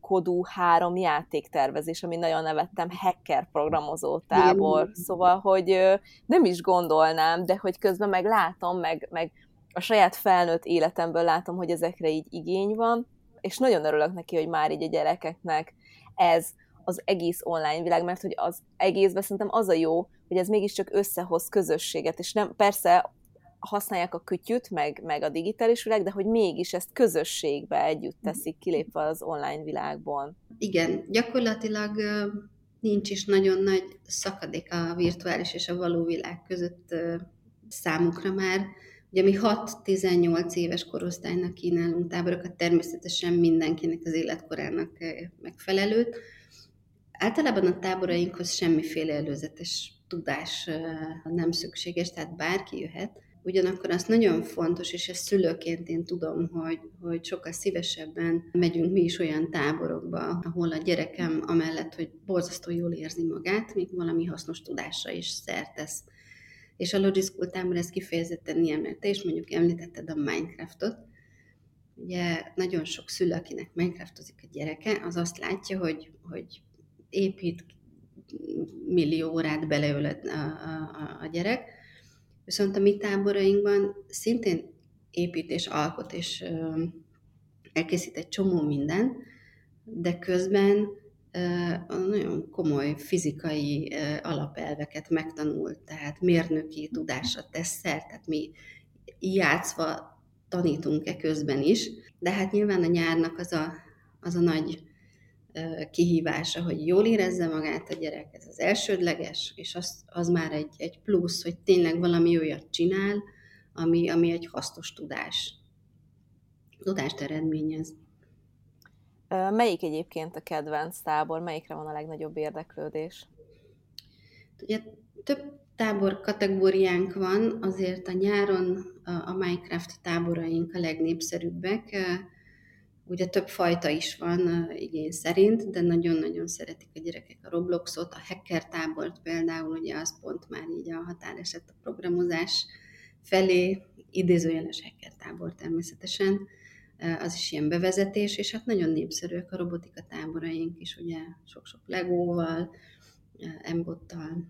Kodú három játéktervezés, ami nagyon nevettem, hacker programozó tábor. Igen. Szóval, hogy nem is gondolnám, de hogy közben meg látom, meg, meg a saját felnőtt életemből látom, hogy ezekre így igény van, és nagyon örülök neki, hogy már így a gyerekeknek ez az egész online világ, mert hogy az egészben szerintem az a jó, hogy ez mégiscsak összehoz közösséget, és nem, persze használják a kütyüt, meg, meg a digitális világ, de hogy mégis ezt közösségbe együtt teszik, kilépve az online világból. Igen, gyakorlatilag nincs is nagyon nagy szakadék a virtuális és a való világ között számukra már. Ugye mi hat-tizennyolc éves korosztálynak kínálunk táborokat, természetesen mindenkinek az életkorának megfelelőt. Általában a táborainkhoz semmiféle előzetes tudás nem szükséges, tehát bárki jöhet. Ugyanakkor az nagyon fontos, és ezt szülőként én tudom, hogy, hogy sokkal szívesebben megyünk mi is olyan táborokba, ahol a gyerekem amellett, hogy borzasztó jól érzi magát, még valami hasznos tudásra is szert tesz. És a Logic School tábor ez kifejezetten ilyen, mert te is mondjuk említetted a Minecraftot. Ugye nagyon sok szülő, akinek Minecraftozik a gyereke, az azt látja, hogy, hogy épít, millió órát beleöl a, a, a gyerek, viszont a mi táborainkban szintén épít és alkot, és ö, elkészít egy csomó minden, de közben ö, nagyon komoly fizikai ö, alapelveket megtanult, tehát mérnöki tudásra tesz szert, tehát mi játszva tanítunk-e közben is, de hát nyilván a nyárnak az a, az a nagy kihívása, hogy jól érezze magát a gyerek, ez az elsődleges, és az, az már egy, egy plusz, hogy tényleg valami olyat csinál, ami, ami egy hasznos tudás. Tudást eredményez. Melyik egyébként a kedvenc tábor? Melyikre van a legnagyobb érdeklődés? Ugye több tábor kategóriánk van, azért a nyáron a, a Minecraft táboraink a legnépszerűbbek. Ugye több fajta is van igény szerint, de nagyon-nagyon szeretik a gyerekek a Robloxot, a hacker tábort például, ugye az pont már így a határeset a programozás felé, idézőjeles hacker tábor természetesen, az is ilyen bevezetés, és hát nagyon népszerűek a robotika táboraink is, ugye sok-sok legóval, embottal,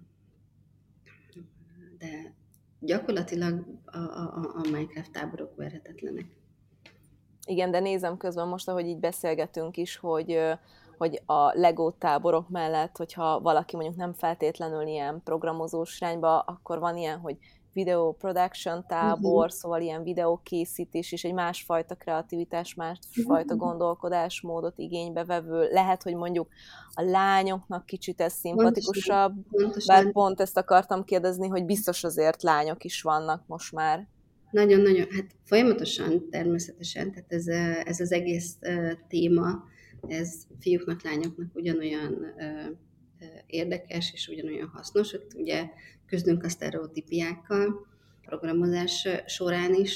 de gyakorlatilag a, a, a Minecraft táborok verhetetlenek. Igen, de nézem közben most, ahogy így beszélgetünk is, hogy, hogy a Lego táborok mellett, hogyha valaki mondjuk nem feltétlenül ilyen programozós irányba, akkor van ilyen, hogy video production tábor, uh-huh. szóval ilyen videókészítés is, egy másfajta kreativitás, másfajta uh-huh. gondolkodásmódot igénybe vevő. Lehet, hogy mondjuk a lányoknak kicsit ez szimpatikusabb, Pontosan. Bár pont ezt akartam kérdezni, hogy biztos azért lányok is vannak most már. Nagyon-nagyon, hát folyamatosan természetesen, tehát ez, ez az egész téma, ez fiúknak, lányoknak ugyanolyan érdekes és ugyanolyan hasznos, hogy ugye küzdünk a sztereotípiákkal programozás során is,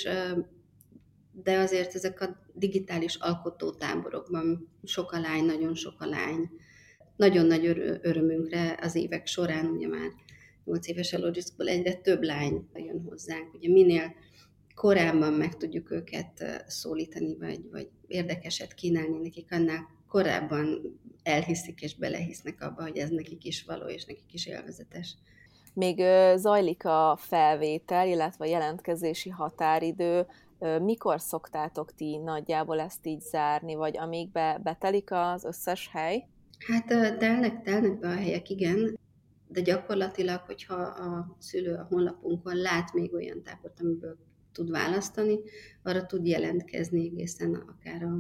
de azért ezek a digitális alkotótáborokban sok a lány, nagyon sok a lány. Nagyon nagy örömünkre az évek során, ugye már nyolc éves a Logic School, egyre több lány jön hozzánk. Ugye minél korábban meg tudjuk őket szólítani, vagy, vagy érdekeset kínálni nekik, annál korábban elhiszik és belehisznek abba, hogy ez nekik is való, és nekik is élvezetes. Még zajlik a felvétel, illetve a jelentkezési határidő. Mikor szoktátok ti nagyjából ezt így zárni, vagy amíg be, betelik az összes hely? Hát telnek, telnek be a helyek, igen, de gyakorlatilag, hogyha a szülő a honlapunkon lát még olyan tábort, amiből tud választani, arra tud jelentkezni egészen akár a,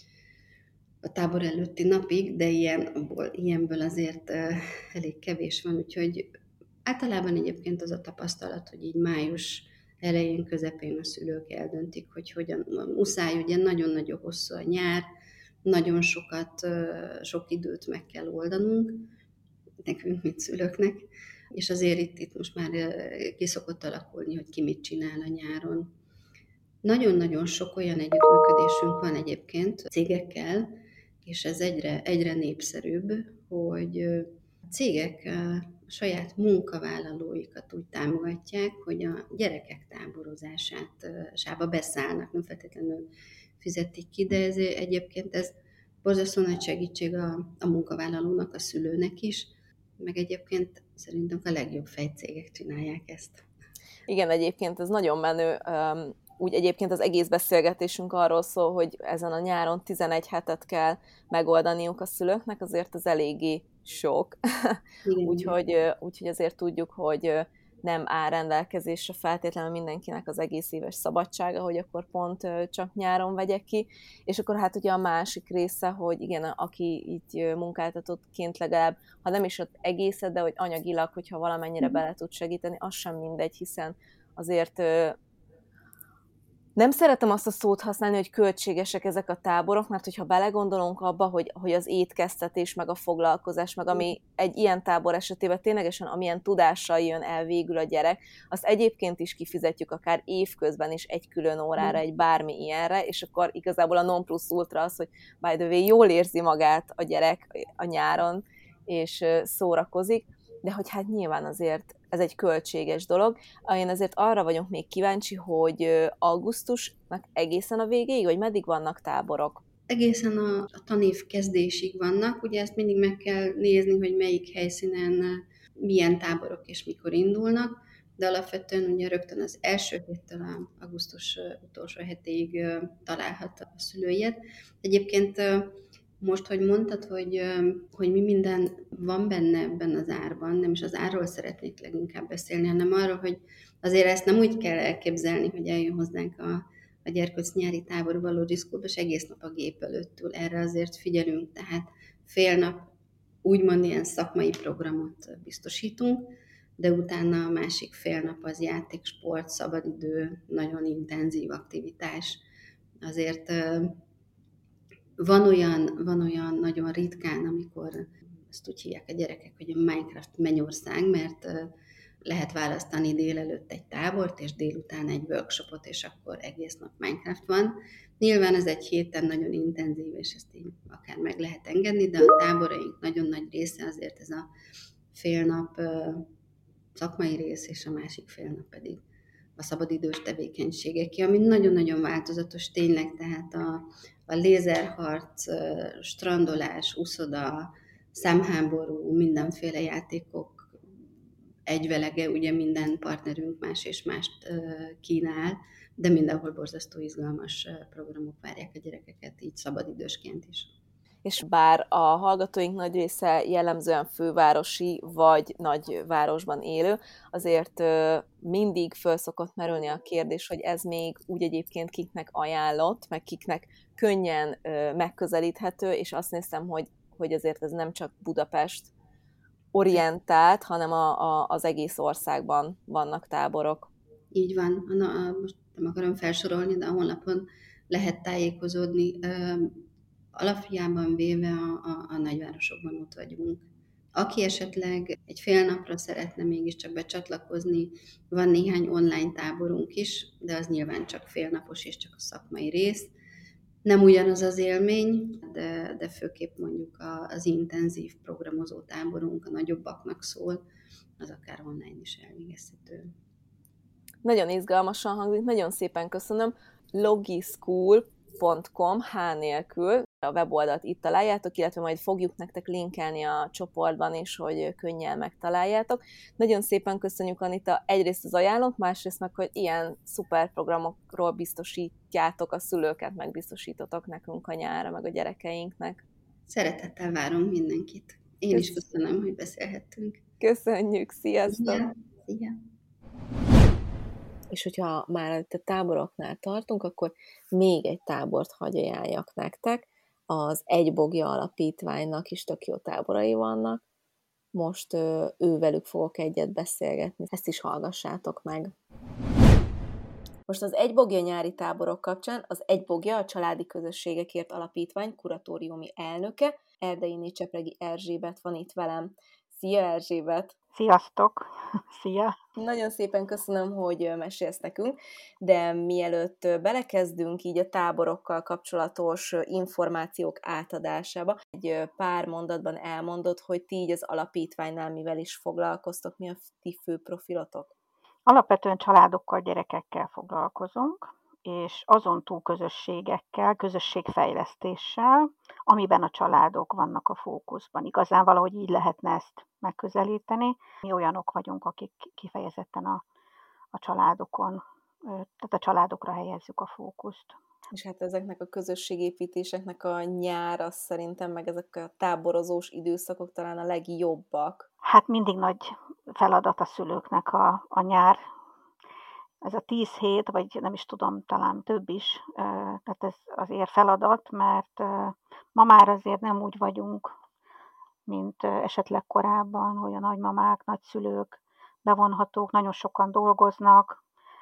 a tábor előtti napig, de ilyen, abból, ilyenből azért uh, elég kevés van, úgyhogy általában egyébként az a tapasztalat, hogy így május elején, közepén a szülők eldöntik, hogy hogyan muszáj, ugye nagyon-nagyon hosszú a nyár, nagyon sokat, uh, sok időt meg kell oldanunk, nekünk, mint szülőknek, és azért itt, itt most már ki szokott alakulni, hogy ki mit csinál a nyáron. Nagyon-nagyon sok olyan együttműködésünk van egyébként cégekkel, és ez egyre, egyre népszerűbb, hogy a cégek a saját munkavállalóikat úgy támogatják, hogy a gyerekek táborozásába beszállnak, nem feltétlenül fizetik ki, de ez egyébként ez borzasztó nagy segítség a, a munkavállalónak, a szülőnek is, meg egyébként szerintem a legjobb fejcégek csinálják ezt. Igen, egyébként ez nagyon menő. Úgy egyébként az egész beszélgetésünk arról szól, hogy ezen a nyáron tizenegy hetet kell megoldaniuk a szülőknek, azért az eléggé sok. úgyhogy, úgyhogy azért tudjuk, hogy nem áll rendelkezésre feltétlenül mindenkinek az egész éves szabadsága, hogy akkor pont csak nyáron vegye ki. És akkor hát ugye a másik része, hogy igen, aki így munkáltatottként legalább, ha nem is ott egészet, de hogy anyagilag, hogyha valamennyire bele tud segíteni, az sem mindegy, hiszen azért nem szeretem azt a szót használni, hogy költségesek ezek a táborok, mert hogyha belegondolunk abba, hogy, hogy az étkeztetés, meg a foglalkozás, meg ami egy ilyen tábor esetében ténylegesen amilyen tudással jön el végül a gyerek, azt egyébként is kifizetjük akár évközben is egy külön órára, egy bármi ilyenre, és akkor igazából a non plus ultra az, hogy by the way, jól érzi magát a gyerek a nyáron, és szórakozik, de hogy hát nyilván azért ez egy költséges dolog. Én azért arra vagyok még kíváncsi, hogy augusztusnak egészen a végéig, vagy meddig vannak táborok? Egészen a, a tanév kezdésig vannak, ugye ezt mindig meg kell nézni, hogy melyik helyszínen milyen táborok és mikor indulnak, de alapvetően ugye rögtön az első héttől a augusztus utolsó hetéig találhat a szülőjét. Egyébként most, hogy mondtad, hogy, hogy mi minden van benne ebben az árban, nem is az árról szeretnék leginkább beszélni, hanem arról, hogy azért ezt nem úgy kell elképzelni, hogy eljön hozzánk a, a gyerkőc nyári táborba, Logiszkóba, és egész nap a gép előtt ül. Erre azért figyelünk, tehát fél nap úgymond ilyen szakmai programot biztosítunk, de utána a másik fél nap az játék, sport, szabadidő, nagyon intenzív aktivitás. Azért Van olyan, van olyan nagyon ritkán, amikor ezt úgy hívják a gyerekek, hogy a Minecraft mennyország, mert lehet választani délelőtt egy tábort, és délután egy workshopot, és akkor egész nap Minecraft van. Nyilván ez egy héten nagyon intenzív, és ezt így akár meg lehet engedni, de a táboraink nagyon nagy része azért ez a fél nap szakmai rész, és a másik fél nap pedig a szabadidős tevékenységek, ami nagyon-nagyon változatos tényleg, tehát a, a lézerharc, strandolás, úszoda, számháború, mindenféle játékok egyvelege, ugye minden partnerünk más és mást kínál, de mindenhol borzasztó izgalmas programok várják a gyerekeket, így szabadidősként is. És bár a hallgatóink nagy része jellemzően fővárosi vagy nagyvárosban élő, azért mindig föl szokott merülni a kérdés, hogy ez még úgy egyébként kiknek ajánlott, meg kiknek könnyen megközelíthető, és azt néztem, hogy, hogy azért ez nem csak Budapest orientált, hanem a, a, az egész országban vannak táborok. Így van. Na, most nem akarom felsorolni, de a honlapon lehet tájékozódni. Alapjában véve a, a, a nagyvárosokban ott vagyunk. Aki esetleg egy fél napra szeretne mégiscsak becsatlakozni, van néhány online táborunk is, de az nyilván csak félnapos és csak a szakmai rész. Nem ugyanaz az élmény, de, de főképp mondjuk a, az intenzív programozó táborunk a nagyobbaknak szól, az akár online is elvégezhető. Nagyon izgalmasan hangzik, nagyon szépen köszönöm. logischool pont com H nélkül, a weboldalt itt találjátok, illetve majd fogjuk nektek linkelni a csoportban is, hogy könnyen megtaláljátok. Nagyon szépen köszönjük, Anita, egyrészt az ajánlót, másrészt meg, hogy ilyen szuper programokról biztosítjátok a szülőket, meg biztosítotok nekünk a nyárra, meg a gyerekeinknek. Szeretettel várunk mindenkit. Én is köszönöm, hogy beszélhettünk. Köszönjük, sziasztok! Szia! Szia! És hogyha már itt a táboroknál tartunk, akkor még egy tábort hagy ajánljak nektek. Az Egybogja Alapítványnak is tök jó táborai vannak. Most ővelük fogok egyet beszélgetni. Ezt is hallgassátok meg. Most az Egybogja nyári táborok kapcsán az Egybogja a Családi Közösségekért Alapítvány kuratóriumi elnöke, Erdeiné Csepregi Erzsébet van itt velem. Szia, Erzsébet! Sziasztok! Szia! Nagyon szépen köszönöm, hogy mesélsz nekünk, de mielőtt belekezdünk így a táborokkal kapcsolatos információk átadásába, egy pár mondatban elmondod, hogy ti így az alapítványnál mivel is foglalkoztok, mi a ti fő profilotok? Alapvetően családokkal, gyerekekkel foglalkozunk, és azon túl közösségekkel, közösségfejlesztéssel, amiben a családok vannak a fókuszban. Igazán valahogy így lehetne ezt megközelíteni. Mi olyanok vagyunk, akik kifejezetten a, a családokon, tehát a családokra helyezzük a fókuszt. És hát ezeknek a közösségépítéseknek a nyár, az szerintem, meg ezek a táborozós időszakok talán a legjobbak. Hát mindig nagy feladat a szülőknek a, a nyár. Ez a tíz hét, vagy nem is tudom, talán több is, tehát ez azért feladat, mert ma már azért nem úgy vagyunk, mint esetleg korábban, hogy a nagymamák, nagyszülők bevonhatók, nagyon sokan dolgoznak,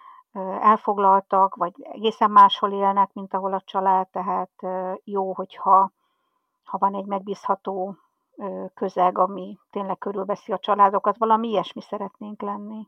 elfoglaltak, vagy egészen máshol élnek, mint ahol a család, tehát jó, hogyha ha van egy megbízható közeg, ami tényleg körülveszi a családokat, valami ilyesmi szeretnénk lenni,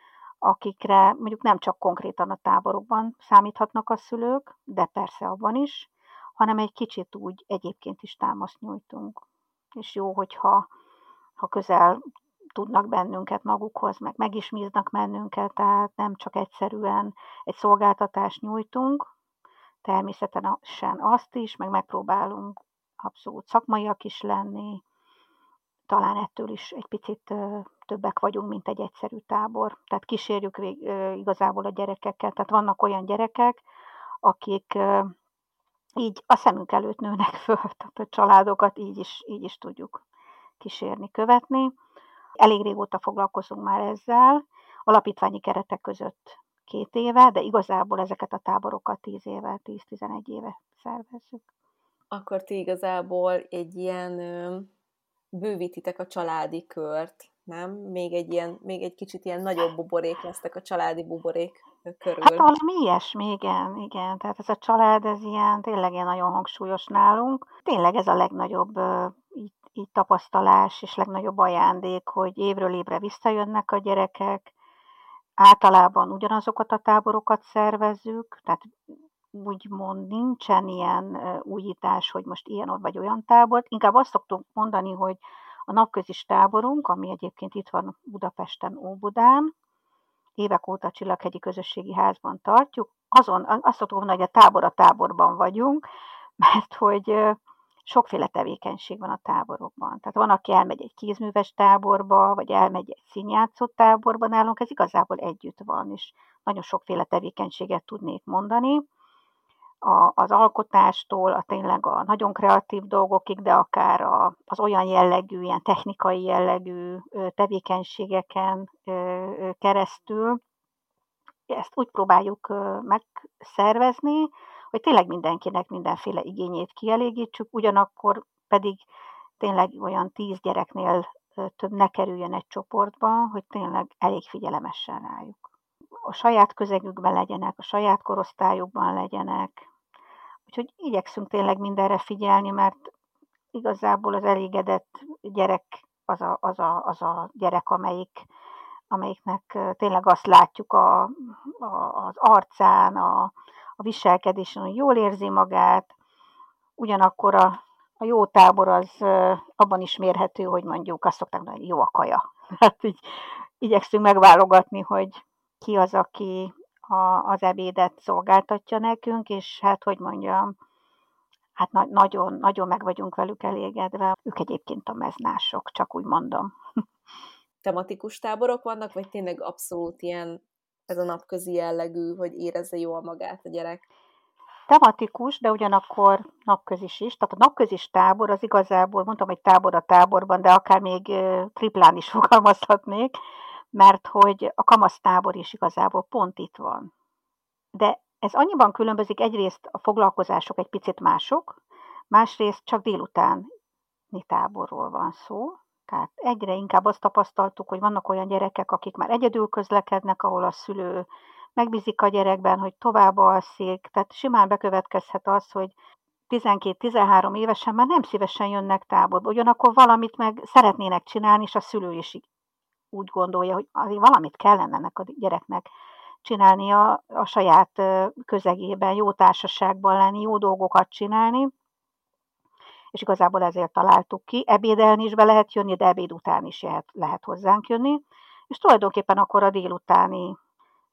akikre mondjuk nem csak konkrétan a táborokban számíthatnak a szülők, de persze abban is, hanem egy kicsit úgy egyébként is támaszt nyújtunk. És jó, hogyha ha közel tudnak bennünket magukhoz, meg meg is bíznak bennünket, tehát nem csak egyszerűen egy szolgáltatást nyújtunk, természetesen azt is, meg megpróbálunk abszolút szakmaiak is lenni, talán ettől is egy picit többek vagyunk, mint egy egyszerű tábor. Tehát kísérjük vég, igazából a gyerekeket. Tehát vannak olyan gyerekek, akik így a szemünk előtt nőnek föl, tehát a családokat így is, így is tudjuk kísérni, követni. Elég régóta foglalkozunk már ezzel, alapítványi keretek között két éve, de igazából ezeket a táborokat tíz éve, tíz-tizenegy éve szervezzük. Akkor ti igazából egy ilyen bővítitek a családi kört, nem? Még egy, ilyen, még egy kicsit ilyen nagyobb buborék lesztek a családi buborék körül. Hát valami ilyesmi, igen, igen. Tehát ez a család, ez ilyen, tényleg ilyen nagyon hangsúlyos nálunk. Tényleg ez a legnagyobb így, így tapasztalás és legnagyobb ajándék, hogy évről évre visszajönnek a gyerekek. Általában ugyanazokat a táborokat szervezzük, tehát úgymond nincsen ilyen újítás, hogy most ilyen vagy olyan tábort. Inkább azt szoktunk mondani, hogy a napközis táborunk, ami egyébként itt van Budapesten, Óbudán, évek óta a Csillaghegyi Közösségi Házban tartjuk, azon azt szoktuk mondani, hogy a tábor a táborban vagyunk, mert hogy sokféle tevékenység van a táborokban. Tehát van, aki elmegy egy kézműves táborba, vagy elmegy egy színjátszó táborba, nálunk ez igazából együtt van, és nagyon sokféle tevékenységet tudnék mondani. A, az alkotástól, a tényleg a nagyon kreatív dolgokig, de akár a, az olyan jellegű, ilyen technikai jellegű tevékenységeken keresztül. Ezt úgy próbáljuk megszervezni, hogy tényleg mindenkinek mindenféle igényét kielégítsük, ugyanakkor pedig tényleg olyan tíz gyereknél több ne kerüljön egy csoportba, hogy tényleg elég figyelemmel rájuk. A saját közegükben legyenek, a saját korosztályukban legyenek. Úgyhogy igyekszünk tényleg mindenre figyelni, mert igazából az elégedett gyerek az a, az a, az a gyerek, amelyik, amelyiknek tényleg azt látjuk a, a, az arcán, a, a viselkedésen, hogy jól érzi magát. Ugyanakkor a, a jó tábor az abban is mérhető, hogy mondjuk azt szokták mondani, hogy jó a kaja. Hát így igyekszünk megválogatni, hogy ki az, aki a, az ebédet szolgáltatja nekünk, és hát, hogy mondjam, hát na- nagyon, nagyon meg vagyunk velük elégedve. Ők egyébként a meznások, csak úgy mondom. Tematikus táborok vannak, vagy tényleg abszolút ilyen, ez a napközi jellegű, hogy érezze jól magát a gyerek? Tematikus, de ugyanakkor napközis is. Tehát a napközis tábor az igazából, mondtam, hogy tábor a táborban, de akár még triplán is fogalmazhatnék, mert hogy a kamasztábor is igazából pont itt van. De ez annyiban különbözik, egyrészt a foglalkozások egy picit mások, másrészt csak délutáni táborról van szó. Tehát egyre inkább azt tapasztaltuk, hogy vannak olyan gyerekek, akik már egyedül közlekednek, ahol a szülő megbízik a gyerekben, hogy tovább alszik. Tehát simán bekövetkezhet az, hogy tizenkét-tizenhárom évesen már nem szívesen jönnek táborba. Ugyanakkor valamit meg szeretnének csinálni, és a szülő is úgy gondolja, hogy azért valamit kellene ennek a gyereknek csinálnia a saját közegében, jó társaságban lenni, jó dolgokat csinálni, és igazából ezért találtuk ki. Ebédelni is be lehet jönni, de ebéd után is lehet, lehet hozzánk jönni, és tulajdonképpen akkor a délutáni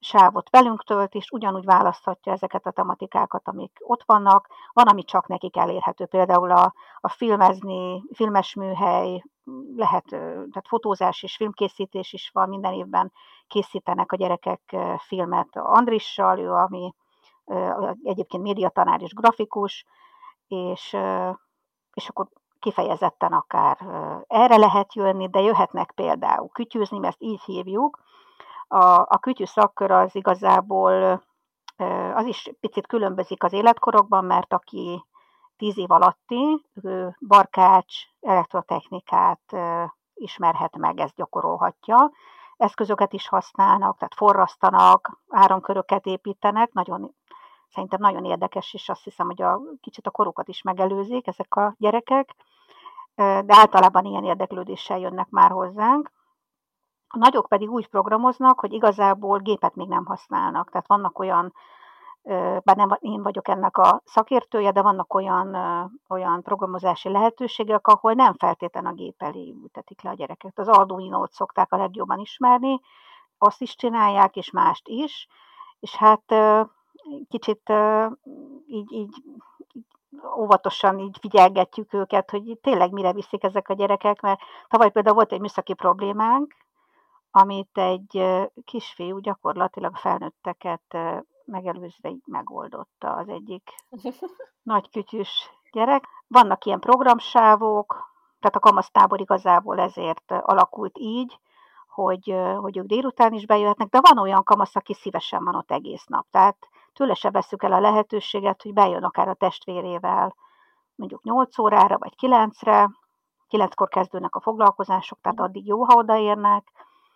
sávot velünk tölt, és ugyanúgy választhatja ezeket a tematikákat, amik ott vannak. Van, ami csak nekik elérhető, például a, a filmezni, filmes műhely, lehet, tehát fotózás és filmkészítés is van, minden évben készítenek a gyerekek filmet Andrissal, ő ami egyébként médiatanár és grafikus, és, és akkor kifejezetten akár erre lehet jönni, de jöhetnek például kütyűzni, mert ezt így hívjuk. A, a kütyű szakkör az igazából az is picit különbözik az életkorokban, mert aki tíz év alatti, ő barkács, elektrotechnikát ismerhet meg, ezt gyakorolhatja. Eszközöket is használnak, tehát forrasztanak, áramköröket építenek, nagyon, szerintem nagyon érdekes, és azt hiszem, hogy a, kicsit a korukat is megelőzik ezek a gyerekek, de általában ilyen érdeklődéssel jönnek már hozzánk. A nagyok pedig úgy programoznak, hogy igazából gépet még nem használnak, tehát vannak olyan, bár nem én vagyok ennek a szakértője, de vannak olyan, olyan programozási lehetőségek, ahol nem feltétlenül a gép elé ültetik le a gyereket. Az Arduino-t szokták a legjobban ismerni, azt is csinálják, és mást is, és hát kicsit így, így óvatosan így figyelgetjük őket, hogy tényleg mire viszik ezek a gyerekek, mert tavaly például volt egy műszaki problémánk, amit egy kisfiú gyakorlatilag felnőtteket megelőzve így megoldotta, az egyik nagy kütyűs gyerek. Vannak ilyen programsávok, tehát a kamasztábor igazából ezért alakult így, hogy, hogy ők délután is bejöhetnek, de van olyan kamasz, aki szívesen van ott egész nap. Tehát tőle se veszük el a lehetőséget, hogy bejön akár a testvérével mondjuk nyolc órára vagy kilencre, kilenckor kezdődnek a foglalkozások, tehát addig jó, ha odaérnek,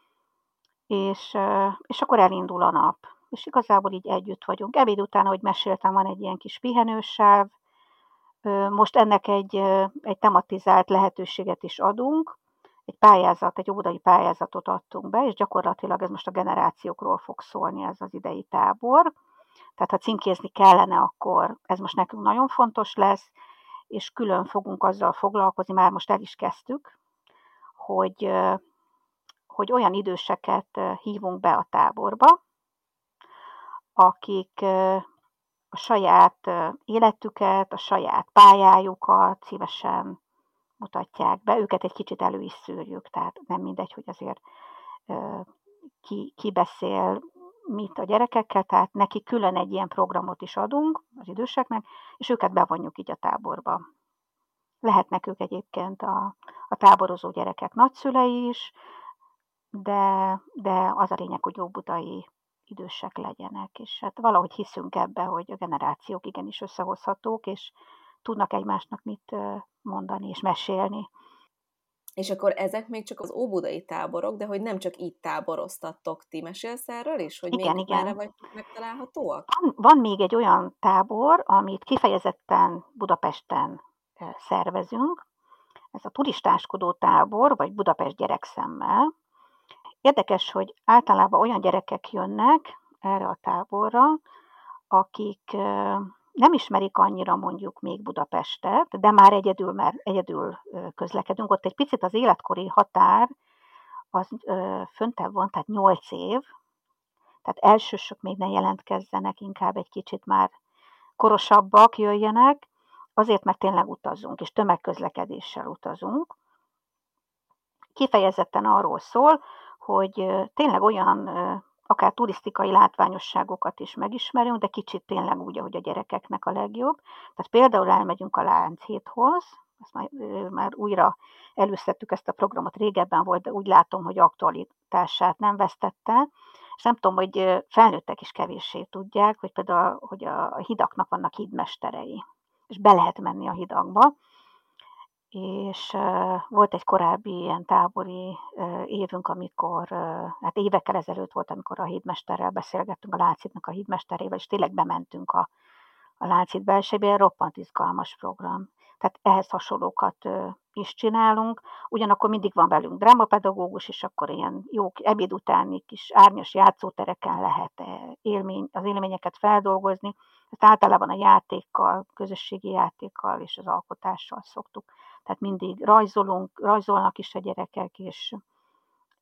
és, és akkor elindul a nap. És igazából így együtt vagyunk. Ebéd után, ahogy meséltem, van egy ilyen kis pihenősáv. Most ennek egy, egy tematizált lehetőséget is adunk. Egy pályázat, egy óvodai pályázatot adtunk be, és gyakorlatilag ez most a generációkról fog szólni, ez az idei tábor. Tehát ha címkézni kellene, akkor ez most nekünk nagyon fontos lesz, és külön fogunk azzal foglalkozni, már most el is kezdtük, hogy, hogy olyan időseket hívunk be a táborba, akik a saját életüket, a saját pályájukat szívesen mutatják be. Őket egy kicsit elő is szűrjük, tehát nem mindegy, hogy azért ki, ki beszél mit a gyerekekkel, tehát neki külön egy ilyen programot is adunk az időseknek, és őket bevonjuk így a táborba. Lehetnek ők egyébként a, a táborozó gyerekek nagyszülei is, de, de az a lényeg, hogy óbudai idősek legyenek, és hát valahogy hiszünk ebbe, hogy a generációk igenis összehozhatók, és tudnak egymásnak mit mondani és mesélni. És akkor ezek még csak az óbudai táborok, de hogy nem csak így táboroztattok, ti mesélsz erről is, hogy igen, még igen. merre vagy megtalálhatóak? Van, van még egy olyan tábor, amit kifejezetten Budapesten szervezünk. Ez a turistáskodó tábor, vagy Budapest gyerekszemmel. Érdekes, hogy általában olyan gyerekek jönnek erre a táborra, akik nem ismerik annyira mondjuk még Budapestet, de már egyedül, mert egyedül közlekedünk. Ott egy picit az életkori határ az föntebb van, tehát nyolc év, tehát elsősök még ne jelentkezzenek, inkább egy kicsit már korosabbak jöjjenek, azért, mert tényleg utazunk, és tömegközlekedéssel utazunk. Kifejezetten arról szól, hogy tényleg olyan akár turisztikai látványosságokat is megismerünk, de kicsit tényleg úgy, ahogy a gyerekeknek a legjobb. Tehát például elmegyünk a Lánchídhoz, ezt már, már újra előszedtük ezt a programot, régebben volt, de úgy látom, hogy aktualitását nem vesztette. És nem tudom, hogy felnőttek is kevéssé tudják, hogy például hogy a hidaknak vannak hídmesterei, és be lehet menni a hidakba. És uh, volt egy korábbi ilyen tábori uh, évünk, amikor, uh, hát évekkel ezelőtt volt, amikor a hídmesterrel beszélgettünk, a Lánchídnak a hídmesterével, és tényleg bementünk a, a Lánchíd belsejébe, roppant izgalmas program. Tehát ehhez hasonlókat uh, is csinálunk, ugyanakkor mindig van velünk drámapedagógus, és akkor ilyen jó ebéd utáni kis árnyas játszótereken lehet élmény, az élményeket feldolgozni. Ezt általában a játékkal, közösségi játékkal és az alkotással szoktuk. Tehát mindig rajzolunk, rajzolnak is a gyerekek, és,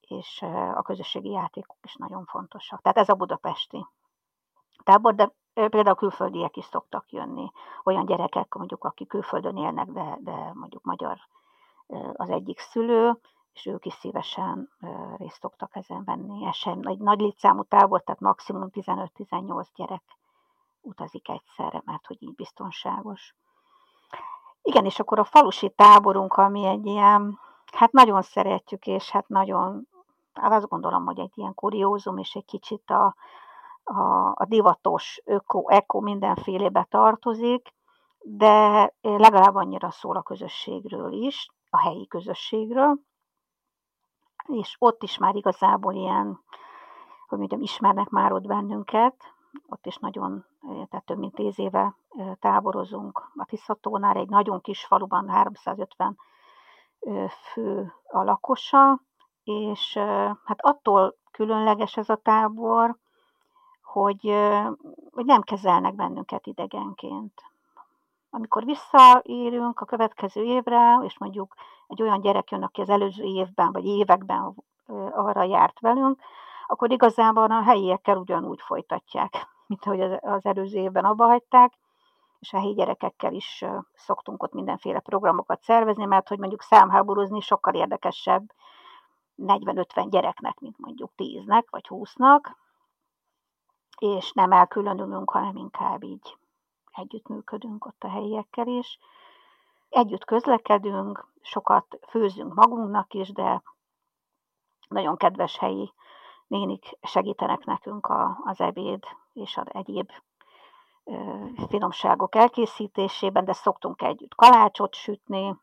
és a közösségi játékok is nagyon fontosak. Tehát ez a budapesti tábor, de például külföldiek is szoktak jönni. Olyan gyerekek, mondjuk, akik külföldön élnek, de, de mondjuk magyar az egyik szülő, és ők is szívesen részt szoktak ezen venni. Ez sem egy nagy létszámú tábor, tehát maximum tizenöt-tizennyolc gyerek utazik egyszerre, mert hogy így biztonságos. Igen, és akkor a falusi táborunk, ami egy ilyen, hát nagyon szeretjük, és hát nagyon, hát azt gondolom, hogy egy ilyen kuriózum, és egy kicsit a, a, a divatos, öko, eko mindenfélébe tartozik, de legalább annyira szól a közösségről is, a helyi közösségről, és ott is már igazából ilyen, hogy mondjam, ismernek már ott bennünket, ott is nagyon, tehát több mint tíz éve táborozunk a Tiszatónál, egy nagyon kis faluban, háromszázötven fő a lakosa, és hát attól különleges ez a tábor, hogy, hogy nem kezelnek bennünket idegenként. Amikor visszaérünk a következő évre, és mondjuk egy olyan gyerek jön, aki az előző évben vagy években arra járt velünk, akkor igazából a helyiekkel ugyanúgy folytatják, mint ahogy az előző évben abba hagyták, és a helyi gyerekekkel is szoktunk ott mindenféle programokat szervezni, mert hogy mondjuk számháborúzni sokkal érdekesebb negyven-ötven gyereknek, mint mondjuk tíznek vagy húsznak, és nem elkülönülünk, hanem inkább így együttműködünk ott a helyiekkel is. Együtt közlekedünk, sokat főzünk magunknak is, de nagyon kedves helyi nénik segítenek nekünk a, az ebéd és az egyéb ö, finomságok elkészítésében, de szoktunk együtt kalácsot sütni.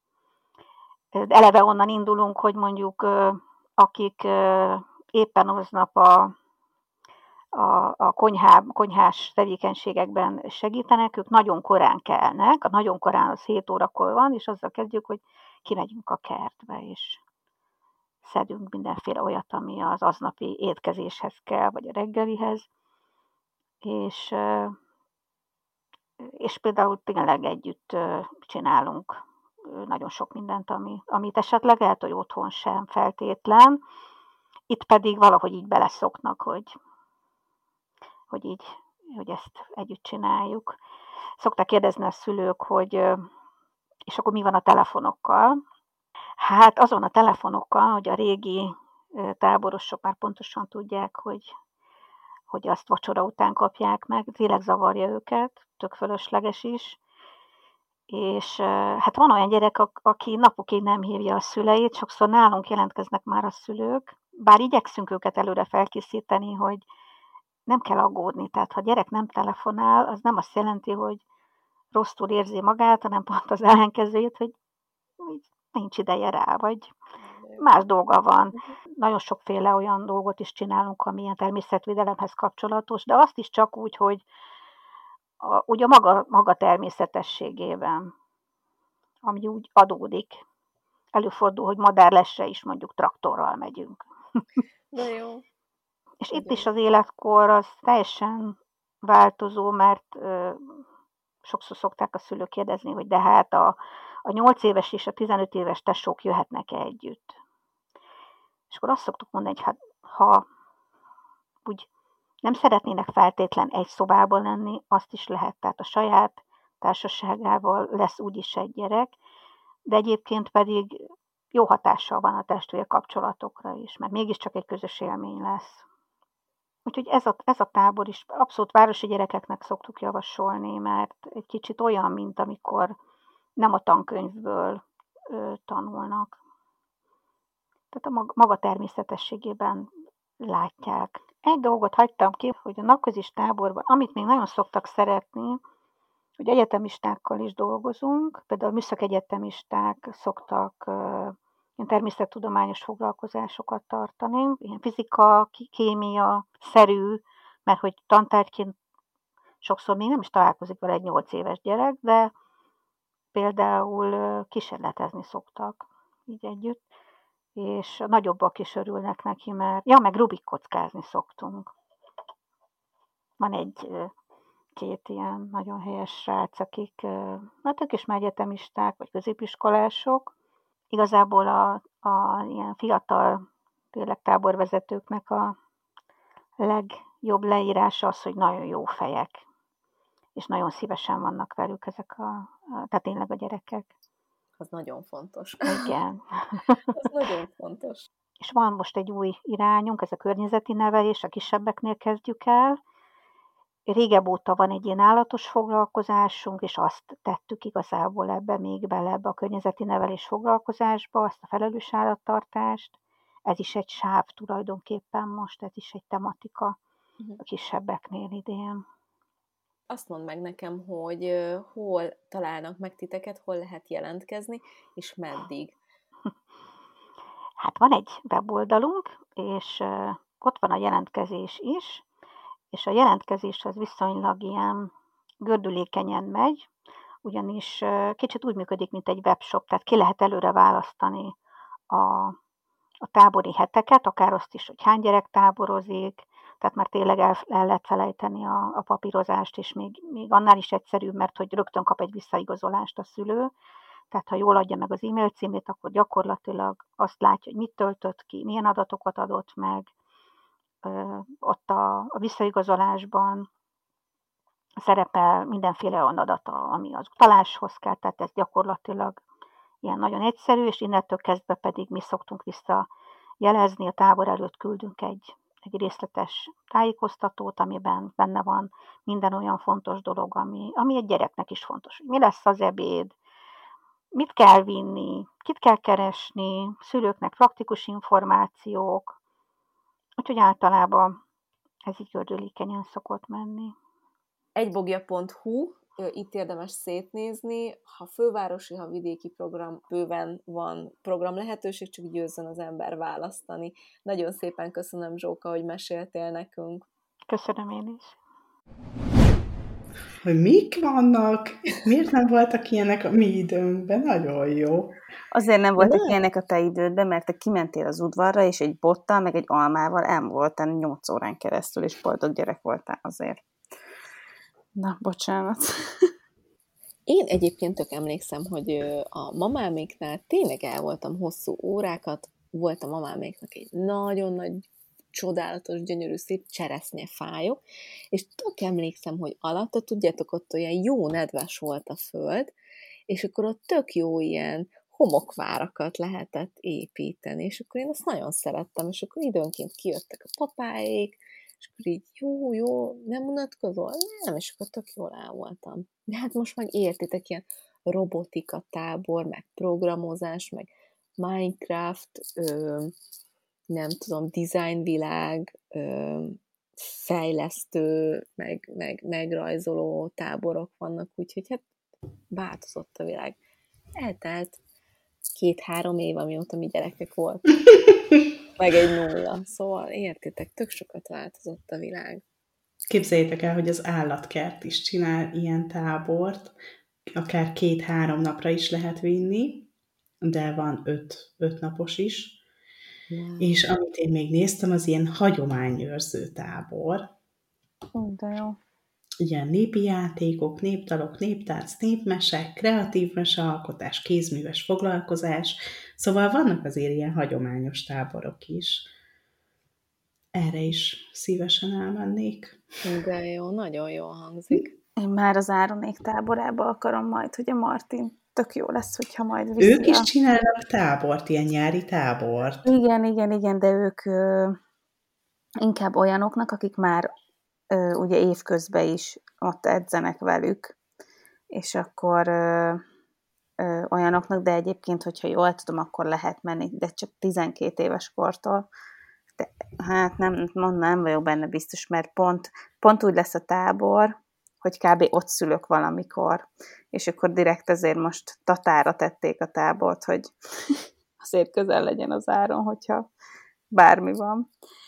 Eleve onnan indulunk, hogy mondjuk ö, akik ö, éppen aznap a a, a konyhá, konyhás tevékenységekben segítenek, ők nagyon korán kelnek, a nagyon korán az hét órakor van, és azzal kezdjük, hogy kimegyünk a kertbe, és szedünk mindenféle olyat, ami az aznapi étkezéshez kell, vagy a reggelihez, és, és például tényleg együtt csinálunk nagyon sok mindent, ami, amit esetleg lehet, hogy otthon sem feltétlen, itt pedig valahogy így beleszoknak, hogy hogy így, hogy ezt együtt csináljuk. Szokták kérdezni a szülők, hogy és akkor mi van a telefonokkal? Hát azon a telefonokkal, hogy a régi táborosok már pontosan tudják, hogy, hogy azt vacsora után kapják meg, tényleg zavarja őket, tök fölösleges is. És hát van olyan gyerek, aki napokig nem hívja a szüleit, sokszor nálunk jelentkeznek már a szülők, bár igyekszünk őket előre felkészíteni, hogy nem kell aggódni, tehát ha a gyerek nem telefonál, az nem azt jelenti, hogy rosszul érzi magát, hanem pont az ellenkezőjét, hogy nincs ideje rá, vagy más dolga van. Nagyon sokféle olyan dolgot is csinálunk, ami ilyen természetvédelemhez kapcsolatos, de azt is csak úgy, hogy a, úgy a maga, maga természetességében, ami úgy adódik. Előfordul, hogy madárlesre is mondjuk traktorral megyünk. De jó. És itt is az életkor az teljesen változó, mert ö, sokszor szokták a szülők kérdezni, hogy de hát a, a nyolc éves és a tizenöt éves tesók jöhetnek-e együtt. És akkor azt szoktuk mondani, hogy hát, ha úgy nem szeretnének feltétlen egy szobában lenni, azt is lehet, tehát a saját társaságával lesz úgyis egy gyerek, de egyébként pedig jó hatással van a testvér kapcsolatokra is, mert mégiscsak egy közös élmény lesz. Úgyhogy ez a, ez a tábor is abszolút városi gyerekeknek szoktuk javasolni, mert egy kicsit olyan, mint amikor nem a tankönyvből ö, tanulnak. Tehát a maga, maga természetességében látják. Egy dolgot hagytam ki, hogy a napközis táborban, amit még nagyon szoktak szeretni, hogy egyetemistákkal is dolgozunk, például műszakegyetemisták szoktak ö, ilyen természettudományos foglalkozásokat tartani, ilyen fizika, kémia, szerű, mert hogy tantárgyként sokszor még nem is találkozik vele egy nyolc éves gyerek, de például kísérletezni szoktak így együtt, és a nagyobbak is örülnek neki, mert ja, meg Rubik kockázni szoktunk. Van egy két ilyen nagyon helyes srác, akik, hát ők is már egyetemisták, vagy középiskolások. Igazából a, a ilyen fiatal tényleg táborvezetőknek a legjobb leírása az, hogy nagyon jó fejek, és nagyon szívesen vannak velük ezek a, a tehát tényleg a gyerekek. Az nagyon fontos. Igen. Az nagyon fontos. És van most egy új irányunk, ez a környezeti nevelés, a kisebbeknél kezdjük el. Régebb óta van egy ilyen állatos foglalkozásunk, és azt tettük igazából ebbe még bele ebbe a környezeti nevelés foglalkozásba, azt a felelős állattartást. Ez is egy sáv tulajdonképpen most, ez is egy tematika a kisebbeknél idén. Azt mondd meg nekem, hogy uh, hol találnak meg titeket, hol lehet jelentkezni, és meddig? Hát van egy weboldalunk, és uh, ott van a jelentkezés is, és a jelentkezés az viszonylag ilyen gördülékenyen megy, ugyanis uh, kicsit úgy működik, mint egy webshop, tehát ki lehet előre választani a, a tábori heteket, akár azt is, hogy hány gyerek táborozik, tehát már tényleg el, el lehet felejteni a, a papírozást, és még, még annál is egyszerűbb, mert hogy rögtön kap egy visszaigazolást a szülő. Tehát ha jól adja meg az e-mail címét, akkor gyakorlatilag azt látja, hogy mit töltött ki, milyen adatokat adott meg. Ö, ott a, a visszaigazolásban szerepel mindenféle olyan adata, ami az utaláshoz kell, tehát ez gyakorlatilag ilyen nagyon egyszerű, és innentől kezdve pedig mi szoktunk visszajelezni, a tábor előtt küldünk egy egy részletes tájékoztatót, amiben benne van minden olyan fontos dolog, ami, ami egy gyereknek is fontos. Mi lesz az ebéd, mit kell vinni, kit kell keresni, szülőknek praktikus információk, úgyhogy általában ez így gördülékenyen szokott menni. egybogja pont hu, itt érdemes szétnézni, ha fővárosi, ha vidéki program, bőven van program lehetőség, csak győzzön az ember választani. Nagyon szépen köszönöm, Zsóka, hogy meséltél nekünk. Köszönöm én is. Hogy mik vannak? Miért nem voltak ilyenek a mi időnkben? Nagyon jó. Azért nem voltak De? ilyenek a te idődben, mert te kimentél az udvarra, és egy bottal, meg egy almával elmúltál nyolc órán keresztül, és boldog gyerek voltál azért. Na, bocsánat. Én egyébként tök emlékszem, hogy a mamáméknál tényleg el voltam hosszú órákat, volt a mamáméknak egy nagyon nagy, csodálatos, gyönyörű, szép cseresznyefájuk, és tök emlékszem, hogy alatta, tudjátok, ott olyan jó nedves volt a föld, és akkor ott tök jó ilyen homokvárakat lehetett építeni, és akkor én azt nagyon szerettem, és akkor időnként kijöttek a papáék, és akkor így, jó, jó, nem unatkozol? Nem, és akkor tök jól el voltam. De hát most meg értitek, ilyen robotika tábor, meg programozás, meg Minecraft, ö, nem tudom, designvilág, ö, fejlesztő, meg, meg megrajzoló táborok vannak, úgyhogy hát változott a világ. Eltelt két-három év, amióta mi gyerekek volt. Meg egy nulla. Szóval értitek, tök sokat változott a világ. Képzeljétek el, hogy az állatkert is csinál ilyen tábort, akár két-három napra is lehet vinni, de van öt, öt napos is. Wow. És amit én még néztem, az ilyen hagyományőrző tábor. Ó, de jó. Ilyen népi játékok, népdalok, néptánc, népmesek, kreatív mesealkotás, kézműves foglalkozás. Szóval vannak azért ilyen hagyományos táborok is. Erre is szívesen elmennék. De jó, nagyon jól hangzik. Én már az Áronék táborába akarom majd, hogy a Martin tök jó lesz, hogyha majd viszi. Ők is csinálnak tábort, ilyen nyári tábort. Igen, igen, igen, de ők ö, inkább olyanoknak, akik már ö, ugye évközben is ott edzenek velük, és akkor ö, ö, olyanoknak, de egyébként, hogyha jól tudom, akkor lehet menni, de csak tizenkét éves kortól. De, hát nem, nem vagyok benne biztos, mert pont, pont úgy lesz a tábor, hogy kb. Ott szülök valamikor, és akkor direkt ezért most Tatára tették a tábort, hogy azért közel legyen az Áron, hogyha bármi van.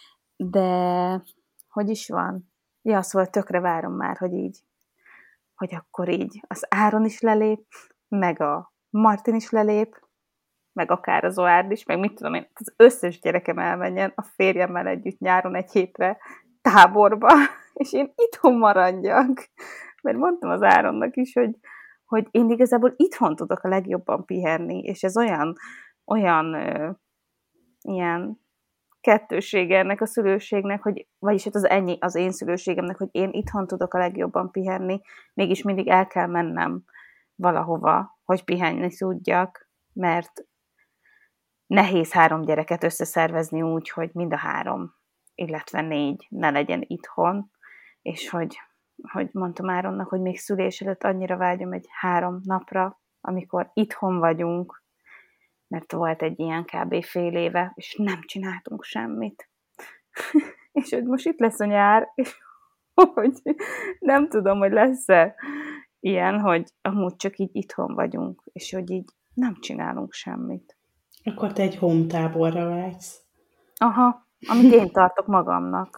De hogy is van? Ja, szóval tökre várom már, hogy így, hogy akkor így az Áron is lelép, meg a Martin is lelép, meg akár az Oárd is, meg mit tudom én, az összes gyerekem elmenjen a férjemmel együtt nyáron egy hétre táborba, és én itthon maradjak. Mert mondtam az Áronnak is, hogy, hogy én igazából itthon tudok a legjobban pihenni, és ez olyan, olyan ö, ilyen kettősége ennek a szülőségnek, hogy, vagyis hát az ennyi az én szülőségemnek, hogy én itthon tudok a legjobban pihenni, mégis mindig el kell mennem valahova, hogy pihenni tudjak, mert nehéz három gyereket összeszervezni úgy, hogy mind a három, illetve négy ne legyen itthon, és hogy, hogy mondtam Áronnak, hogy még szülés előtt annyira vágyom egy három napra, amikor itthon vagyunk, mert volt egy ilyen kb. Fél éve, és nem csináltunk semmit. És hogy most itt lesz a nyár, és hogy nem tudom, hogy lesz-e ilyen, hogy amúgy csak így itthon vagyunk, és hogy így nem csinálunk semmit. Akkor te egy home táborra vágysz. Aha, amit én tartok magamnak.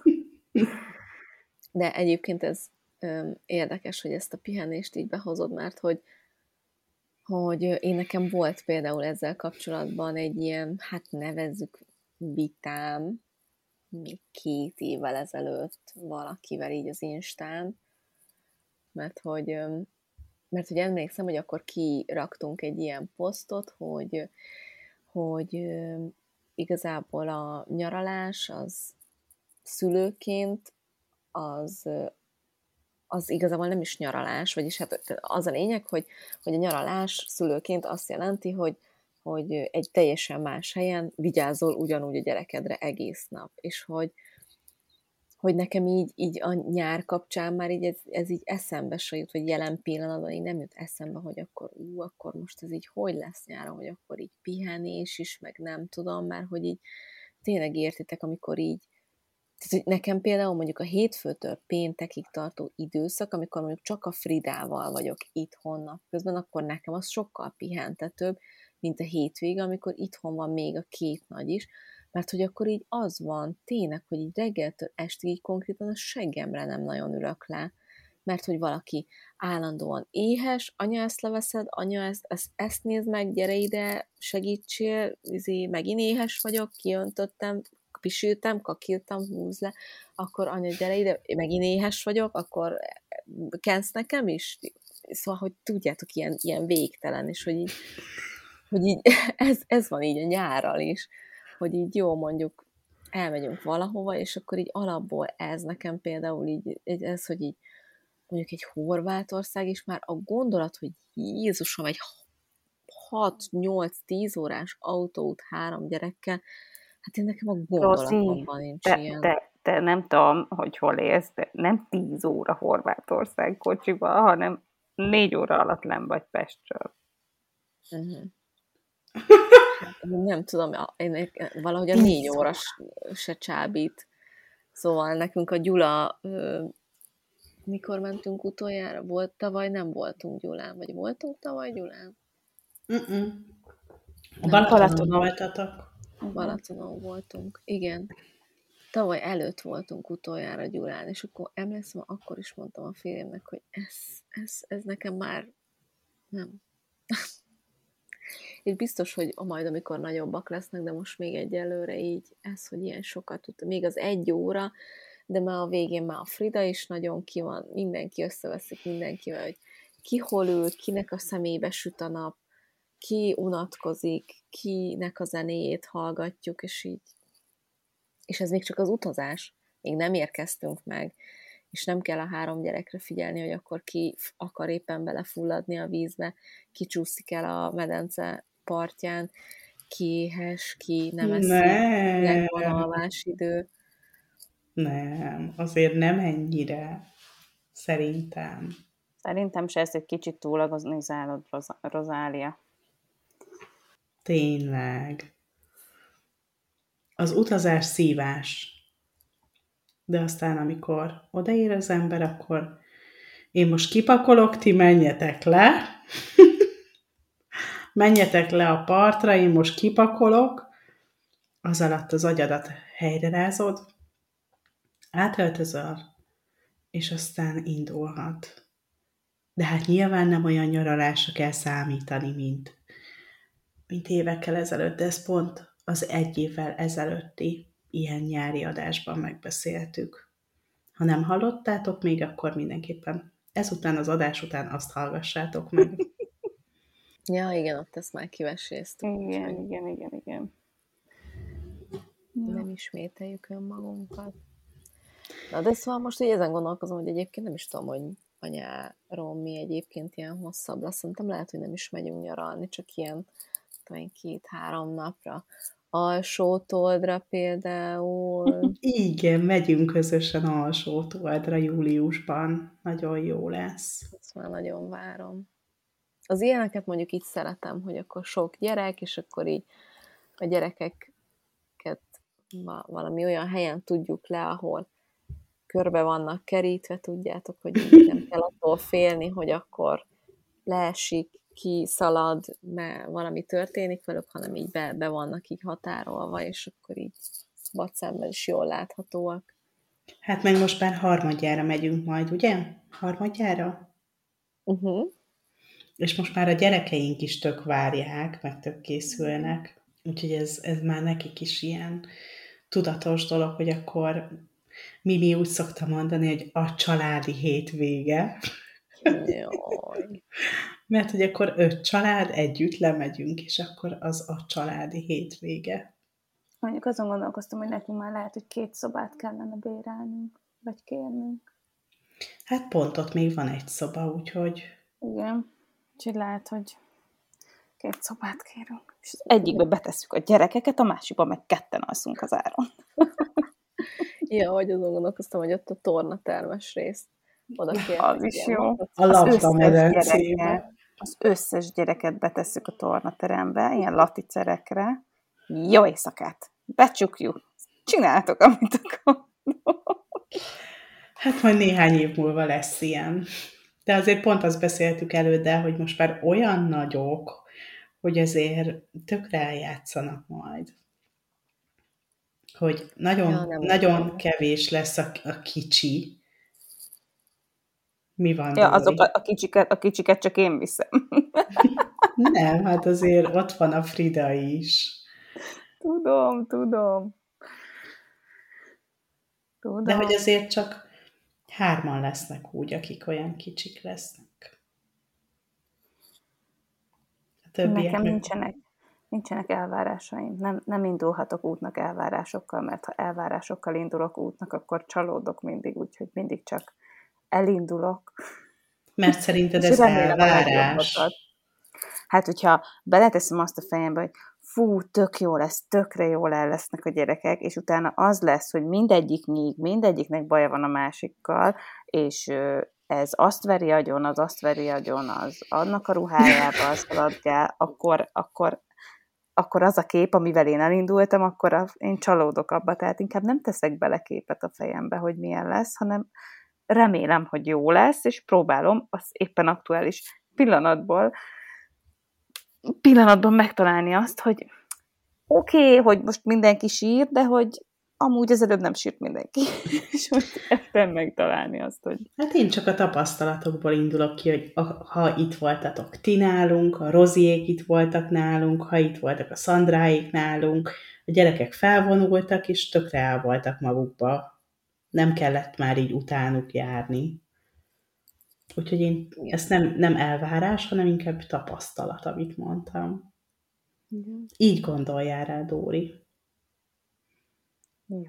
De egyébként ez öm, érdekes, hogy ezt a pihenést így behozod, mert hogy, hogy én nekem volt például ezzel kapcsolatban egy ilyen, hát nevezzük vitám, még két évvel ezelőtt valakivel így az Instán, mert hogy, öm, mert hogy emlékszem, hogy akkor kiraktunk egy ilyen posztot, hogy, hogy öm, igazából a nyaralás az szülőként az, az igazából nem is nyaralás, vagyis hát az a lényeg, hogy, hogy a nyaralás szülőként azt jelenti, hogy, hogy egy teljesen más helyen vigyázol ugyanúgy a gyerekedre egész nap, és hogy, hogy nekem így, így a nyár kapcsán már így ez, ez így eszembe se jut, vagy jelen pillanatban így nem jut eszembe, hogy akkor ú, akkor most ez így hogy lesz nyáron, hogy akkor így pihenés is, meg nem tudom, mert hogy így tényleg értitek, amikor így tehát, hogy nekem például mondjuk a hétfőtől péntekig tartó időszak, amikor mondjuk csak a Fridával vagyok itthon napközben, akkor nekem az sokkal pihentetőbb, mint a hétvég, amikor itthon van még a két nagy is, mert hogy akkor így az van, tényleg, hogy így reggeltől estig így konkrétan a seggemre nem nagyon ülök le, mert hogy valaki állandóan éhes, anya ezt leveszed, anya ezt, ezt, ezt nézd meg, gyere ide, segítsél, izé, megint éhes vagyok, kiöntöttem, pisültem, kakiltam, húz le, akkor anya, gyere ide, megint éhes vagyok, akkor kensz nekem is? Szóval, hogy tudjátok, ilyen, ilyen végtelen, és hogy így, hogy így ez, ez van így a nyárral is, hogy így jó, mondjuk elmegyünk valahova, és akkor így alapból ez nekem például így, ez, hogy így mondjuk egy Horvátország, és már a gondolat, hogy Jézusom, egy hat-nyolc-tíz órás autóút három gyerekkel, hát én nekem a gondolatomban nincs te, ilyen. Te, te nem tudom, hogy hol élsz, de nem tíz óra Horvátország kocsiba, hanem négy óra alatt nem vagy Pestről. Uh-huh. Hát, nem tudom, én valahogy a négy óra se csábít. Szóval nekünk a Gyula, mikor mentünk utoljára? Volt tavaly? Nem voltunk Gyulán. Vagy voltunk tavaly Gyulán? Uh-uh. A Balatonon voltatok. Balatonon voltunk, igen. Tavaly előtt voltunk utoljára Gyulán, és akkor emlékszem, akkor is mondtam a férjemnek, hogy ez, ez, ez nekem már nem. És biztos, hogy majd, amikor nagyobbak lesznek, de most még egyelőre így, ez, hogy ilyen sokat tud, még az egy óra, de már a végén már a Frida is nagyon ki van, mindenki összeveszik mindenkivel, hogy ki hol ül, kinek a szemébe süt a nap, ki unatkozik, kinek a zenéjét hallgatjuk, és így. És ez még csak az utazás. Még nem érkeztünk meg, és nem kell a három gyerekre figyelni, hogy akkor ki akar éppen belefulladni a vízbe, ki csúszik el a medence partján, ki éhes, ki nem eszik, kinek van alvásidő. Nem, azért nem ennyire. Szerintem. Szerintem se, ezt egy kicsit túlagozálod, Rozália. Tényleg. Az utazás szívás. De aztán, amikor odaér az ember, akkor én most kipakolok, ti menjetek le. Menjetek le a partra, én most kipakolok. Az alatt az agyadat helyre rázod, átöltözöl, és aztán indulhat. De hát nyilván nem olyan nyaralásra kell számítani, mint, mint évekkel ezelőtt, de ez pont az egy évvel ezelőtti ilyen nyári adásban megbeszéltük. Ha nem hallottátok még, akkor mindenképpen ezután, az adás után azt hallgassátok meg. Ja, igen, ott ezt már kiveséztük. Igen, igen, igen, igen. Ja. Nem ismételjük önmagunkat. Na, de szóval most így ezen gondolkozom, hogy egyébként nem is tudom, hogy a nyáron mi egyébként ilyen hosszabb lesz. Szerintem lehet, hogy nem is megyünk nyaralni, csak ilyen talán két-három napra. Alsótoldra például. Igen, megyünk közösen Alsótoldra júliusban. Nagyon jó lesz. Ezt már nagyon várom. Az ilyeneket mondjuk így szeretem, hogy akkor sok gyerek, és akkor így a gyerekeket valami olyan helyen tudjuk le, ahol körbe vannak kerítve, tudjátok, hogy így nem kell attól félni, hogy akkor leesik, kiszalad, mert valami történik velük, hanem így be, be vannak így határolva, és akkor így szabad szemben is jól láthatóak. Hát meg most már harmadjára megyünk majd, ugye? Harmadjára? Uh-huh. És most már a gyerekeink is tök várják, meg tök készülnek. Úgyhogy ez, ez már nekik is ilyen tudatos dolog, hogy akkor Mimi úgy szokta mondani, hogy a családi hétvége. Jaj. Mert hogy akkor öt család együtt lemegyünk, és akkor az a családi hétvége. Mondjuk azon gondolkoztam, hogy nekünk már lehet, hogy két szobát kellene bérelnünk, vagy kérnünk. Hát pont ott még van egy szoba, úgyhogy... Igen, úgyhogy lehet, hogy két szobát kérünk. És az egyikbe betesszük a gyerekeket, a másikba meg ketten alszunk az áron. Ja, hogy azon gondolkoztam, hogy ott a tornatermes részt oda kérjük. Az is jó. A labdamedencébe. Az összes gyereket betesszük a tornaterembe, ilyen laticerekre. Jó éjszakát! Becsukjuk! Csináltok, amit akartok! Hát majd néhány év múlva lesz ilyen. De azért pont azt beszéltük előtte, hogy most már olyan nagyok, hogy azért tökre eljátszanak majd. Hogy nagyon, ja, nagyon kevés lesz a, a kicsi. Mi van? Ja, azok a, a, kicsiket, a kicsiket csak én viszem. Nem, hát azért ott van a Frida is. Tudom, tudom. tudom. De hogy azért csak hárman lesznek úgy, akik olyan kicsik lesznek. Nekem meg... nincsenek, nincsenek elvárásaim. Nem, nem indulhatok útnak elvárásokkal, mert ha elvárásokkal indulok útnak, akkor csalódok mindig, úgyhogy mindig csak elindulok. Mert szerinted ez elvárás? Hát, hogyha beleteszem azt a fejembe, hogy fú, tök jó lesz, tökre jól el lesznek a gyerekek, és utána az lesz, hogy mindegyik nyíg, mindegyiknek baja van a másikkal, és ez azt veri agyon, az azt veri agyon, az annak a ruhájába szaladgál, akkor, akkor, akkor az a kép, amivel én elindultam, akkor a, én csalódok abba, tehát inkább nem teszek bele képet a fejembe, hogy milyen lesz, hanem remélem, hogy jó lesz, és próbálom az éppen aktuális pillanatból pillanatban megtalálni azt, hogy oké, okay, hogy most mindenki sír, de hogy amúgy az előbb nem sírt mindenki. És most ebben megtalálni azt, hogy... Hát én csak a tapasztalatokból indulok ki, hogy ha itt voltatok ti nálunk, a Roziék itt voltak nálunk, ha itt voltak a Szandráék nálunk, a gyerekek felvonultak, és tökre el voltak magukba. Nem kellett már így utánuk járni. Úgyhogy én ezt nem, nem elvárás, hanem inkább tapasztalat, amit mondtam. Igen. Így gondoljál rá, Dóri. Jó.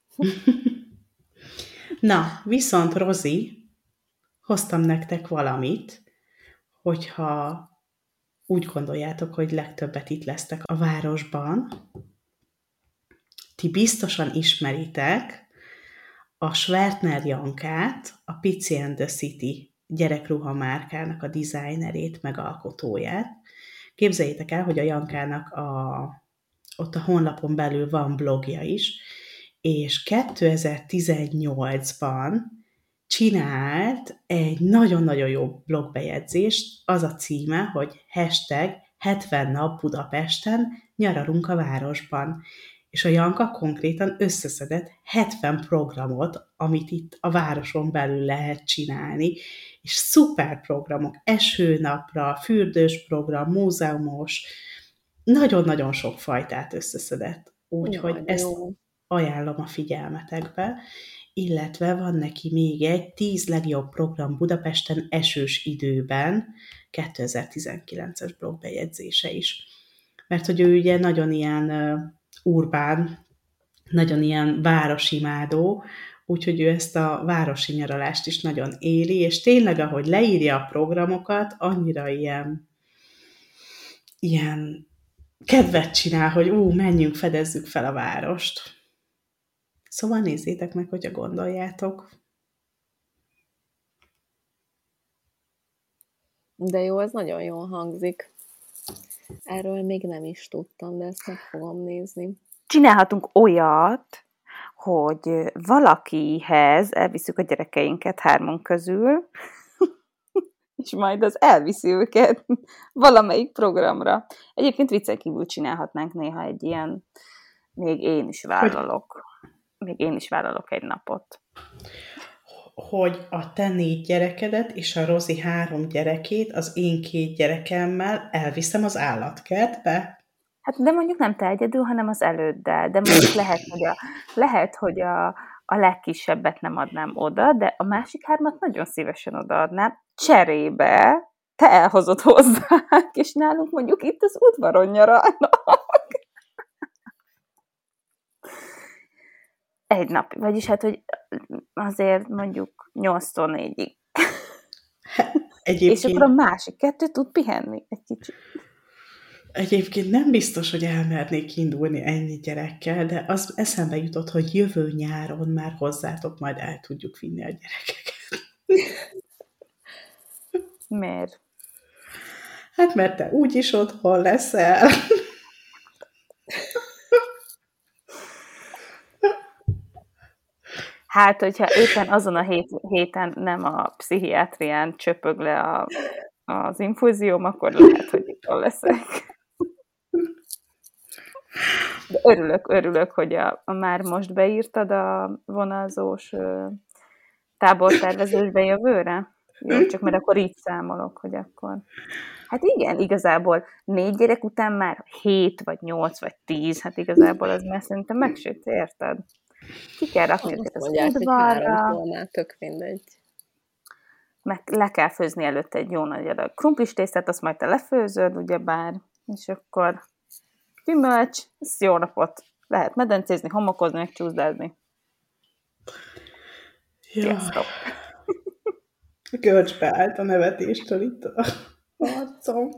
Na, viszont Rozi, hoztam nektek valamit, hogyha úgy gondoljátok, hogy legtöbbet itt lesztek a városban. Ti biztosan ismeritek a Schwertner Jankát, a Pici and the City gyerekruha márkának a designerét, megalkotóját. Képzeljétek el, hogy a Jankának a, ott a honlapon belül van blogja is, és kétezer-tizennyolcban csinált egy nagyon-nagyon jó blogbejegyzést, az a címe, hogy hashtag hetven nap Budapesten, nyaralunk a városban. És a Janka konkrétan összeszedett hetven programot, amit itt a városon belül lehet csinálni, és szuper programok, esőnapra, fürdős program, múzeumos, nagyon-nagyon sok fajtát összeszedett. Úgyhogy ezt ajánlom a figyelmetekbe, illetve van neki még egy tíz legjobb program Budapesten esős időben, kétezer-tizenkilences blogbejegyzése is. Mert hogy ő ugye nagyon ilyen urbán nagyon ilyen városimádó, úgyhogy ő ezt a városi nyaralást is nagyon éli, és tényleg, ahogy leírja a programokat, annyira ilyen, ilyen kedvet csinál, hogy ú, menjünk, fedezzük fel a várost. Szóval nézzétek meg, hogyha gondoljátok. De jó, ez nagyon jól hangzik. Erről még nem is tudtam, de ezt meg fogom nézni. Csinálhatunk olyat, hogy valakihez elviszük a gyerekeinket hármon közül, és majd az elviszi őket valamelyik programra. Egyébként viccen kívül csinálhatnánk néha egy ilyen, még én is vállalok. Még én is vállalok egy napot. Hogy a te négy gyerekedet és a Rozi három gyerekét az én két gyerekemmel elviszem az állatkertbe? Hát de mondjuk nem te egyedül, hanem az előddel. De mondjuk lehet, hogy a, lehet, hogy a, a legkisebbet nem adnám oda, de a másik hármat nagyon szívesen odaadnám. Cserébe te elhozod hozzánk, és nálunk mondjuk itt az udvaron nyaralnak. Egy nap, vagyis hát, hogy azért mondjuk nyolctól négyig. És akkor a másik kettő tud pihenni egy kicsit. Egyébként nem biztos, hogy elmernék indulni ennyi gyerekkel, de az eszembe jutott, hogy jövő nyáron már hozzátok majd el tudjuk vinni a gyerekeket. Miért? Hát mert te úgyis otthon leszel. Hát, hogyha éppen azon a hét, héten nem a pszichiátrián csöpög le a, az infúzióm, akkor lehet, hogy itt leszek. De örülök, örülök, hogy a, a már most beírtad a vonalzós ö, tábortervezésbe jövőre. Jó, csak mert akkor így számolok, hogy akkor... Hát igen, igazából négy gyerek után már hét, vagy nyolc, vagy tíz, hát igazából az már szerintem megsőt, érted? Ki kell rakni őket az udvarra. Tök mindegy. Meg le kell főzni előtte egy jó nagy adag krumplis tésztát, azt majd te lefőzöd, ugyebár, és akkor gyümölcs, ez jó napot. Lehet medencézni, homokozni, meg csúszdázni. Sziasztok! Görcsbe állt a nevetéstől itt a arcom.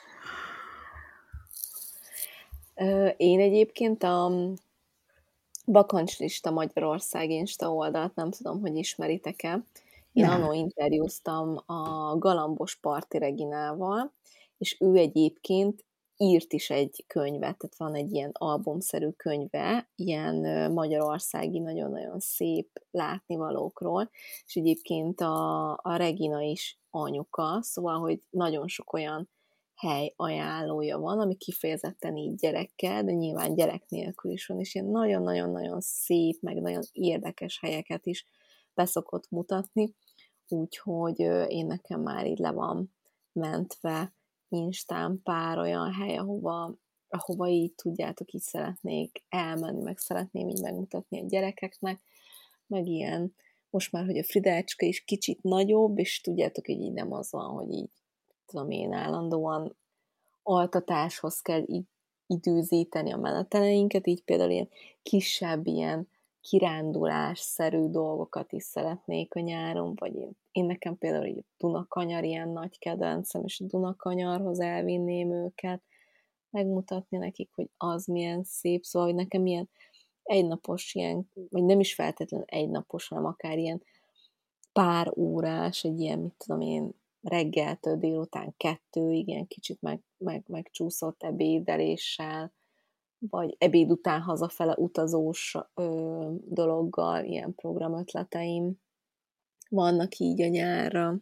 Én egyébként a Bakancslista Magyarország Insta oldalt, nem tudom, hogy ismeritek-e. Én annól interjúztam a Galambos Parti Reginával, és ő egyébként írt is egy könyvet, tehát van egy ilyen albumszerű könyve, ilyen magyarországi nagyon-nagyon szép látnivalókról, és egyébként a, a Regina is anyuka, szóval, hogy nagyon sok olyan hely ajánlója van, ami kifejezetten így gyerekkel, de nyilván gyerek nélkül is van, és ilyen nagyon-nagyon-nagyon szép, meg nagyon érdekes helyeket is beszokott mutatni, úgyhogy én nekem már így le van mentve Instán pár olyan hely, ahova, ahova így tudjátok, így szeretnék elmenni, meg szeretném így megmutatni a gyerekeknek, meg ilyen, most már, hogy a Fridácska is kicsit nagyobb, és tudjátok, hogy így nem az van, hogy így tudom én állandóan altatáshoz kell így időzíteni a meneteleinket, így például ilyen kisebb, ilyen kirándulásszerű dolgokat is szeretnék a nyáron, vagy én, én nekem például így a Dunakanyar ilyen nagy kedvencem, és a Dunakanyarhoz elvinném őket, megmutatni nekik, hogy az milyen szép, szóval, hogy nekem ilyen egynapos ilyen, vagy nem is feltétlenül egynapos, hanem akár ilyen pár órás, egy ilyen, mit tudom én, reggeltől délután kettőig, ilyen kicsit meg, meg, megcsúszott ebédeléssel, vagy ebéd után hazafele utazós ö, dologgal, ilyen programötleteim vannak így a nyárra.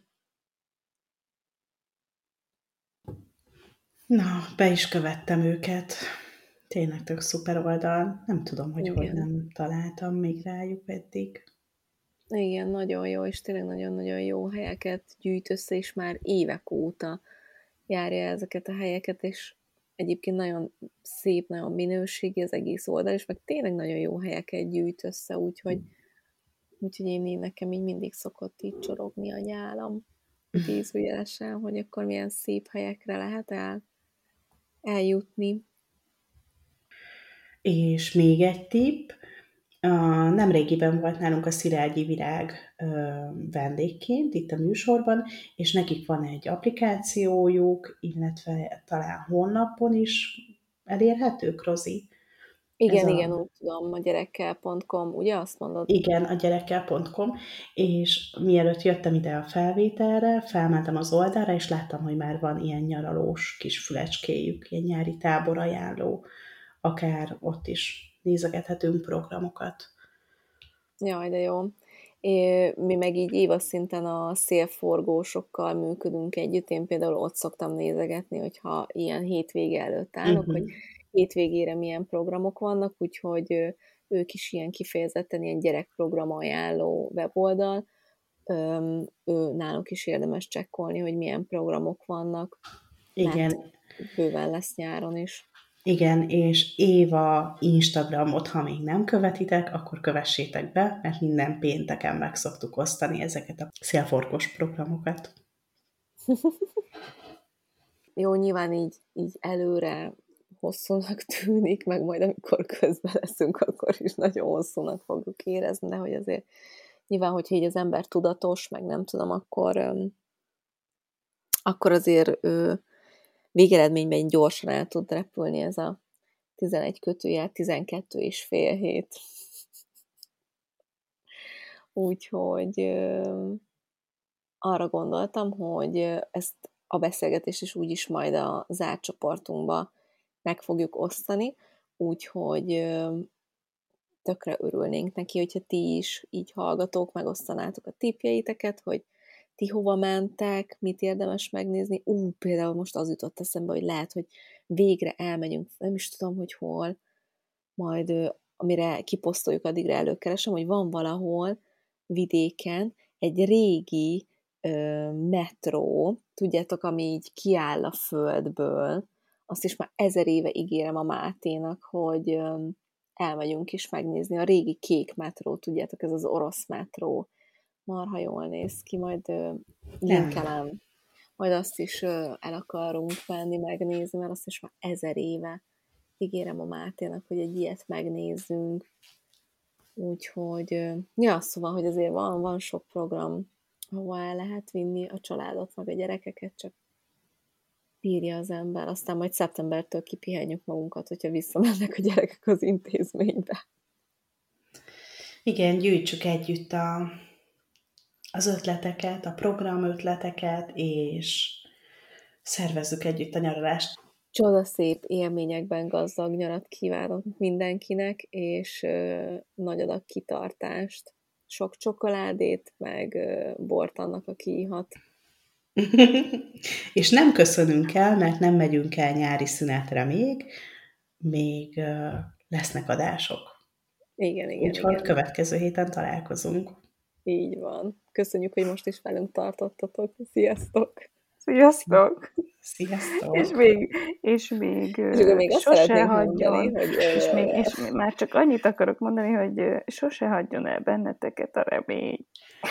Na, be is követtem őket. Tényleg tök szuper oldal. Nem tudom, hogy Igen. hogy nem találtam még rájuk eddig. Igen, nagyon jó, és tényleg nagyon-nagyon jó helyeket gyűjt össze, és már évek óta járja ezeket a helyeket, és egyébként nagyon szép, nagyon minőségi az egész oldal, és meg tényleg nagyon jó helyeket gyűjt össze, úgyhogy, úgyhogy én, én nekem így mindig szokott így csorogni a nyálam idézőjelesen, hogy akkor milyen szép helyekre lehet el, eljutni. És még egy tipp, Nemrégiben volt nálunk a Szilágyi Virág vendégként itt a műsorban, és nekik van egy applikációjuk, illetve talán honlapon is elérhetők, Rozi? Igen, a... igen, úgy tudom, a gyerekkel pont com, ugye azt mondod? Igen, a gyerekkel pont com, és mielőtt jöttem ide a felvételre, felmentem az oldalra, és láttam, hogy már van ilyen nyaralós kis fülecskéjük, ilyen nyári tábor ajánló, akár ott is nézegethetünk programokat. Jaj, de jó. É, mi meg így éves szinten a szélforgósokkal működünk együtt. Én például ott szoktam nézegetni, hogyha ilyen hétvége előtt állok, uh-huh. hogy hétvégére milyen programok vannak, úgyhogy ők is ilyen kifejezetten ilyen gyerekprogram ajánló weboldal. Ő, náluk is érdemes csekkolni, hogy milyen programok vannak. Igen. Mert bőven lesz nyáron is. Igen, és Éva Instagramot, ha még nem követitek, akkor kövessétek be, mert minden pénteken meg szoktuk osztani ezeket a szélforgós programokat. Jó, nyilván így, így előre hosszúnak tűnik, meg majd amikor közben leszünk, akkor is nagyon hosszúnak fogjuk érezni, de hogy azért nyilván, hogyha így az ember tudatos, meg nem tudom, akkor, akkor azért ő végeredményben gyorsan el tud repülni ez a tizenegy kötőjel, tizenkettő és fél hét. Úgyhogy ö, arra gondoltam, hogy ezt a beszélgetést is úgyis majd a zárt csoportunkba meg fogjuk osztani, úgyhogy ö, tökre örülnénk neki, hogyha ti is így hallgatók, megosztanátok a tippjeiteket, hogy ti hova mentek, mit érdemes megnézni. Ú, például most az jutott eszembe, hogy lehet, hogy végre elmegyünk, nem is tudom, hogy hol, majd amire kiposztoljuk, addigra előkeresem, hogy van valahol vidéken egy régi ö, metró, tudjátok, ami így kiáll a földből, azt is már ezer éve ígérem a Máténak, hogy ö, elmegyünk is megnézni a régi kék metró, tudjátok, ez az orosz metró, marha jól néz ki, majd uh, linkelem. Majd azt is uh, el akarunk menni, megnézni, mert azt is már ezer éve ígérem a Máténak, hogy egy ilyet megnézzünk. Úgyhogy, uh, ja, szóval, hogy azért van, van sok program, ahol el lehet vinni a családot, meg a gyerekeket, csak bírja az ember. Aztán majd szeptembertől kipihenjük magunkat, hogyha visszamennek a gyerekek az intézménybe. Igen, gyűjtsük együtt a az ötleteket, a program ötleteket, és szervezzük együtt a nyaralást. Csodaszép élményekben gazdag nyarat kívánok mindenkinek, és ö, nagy adag kitartást. Sok csokoládét, meg ö, bort annak, aki ihat. És nem köszönünk el, mert nem megyünk el nyári szünetre még, még ö, lesznek adások. Igen, igen. Úgyhogy igen. következő héten találkozunk. Így van. Köszönjük, hogy most is velünk tartottatok. Sziasztok! Sziasztok! Sziasztok! És még, és még, és még sose hagyjon, mondani, hogy... és még, és még már csak annyit akarok mondani, hogy sose hagyjon el benneteket a remény.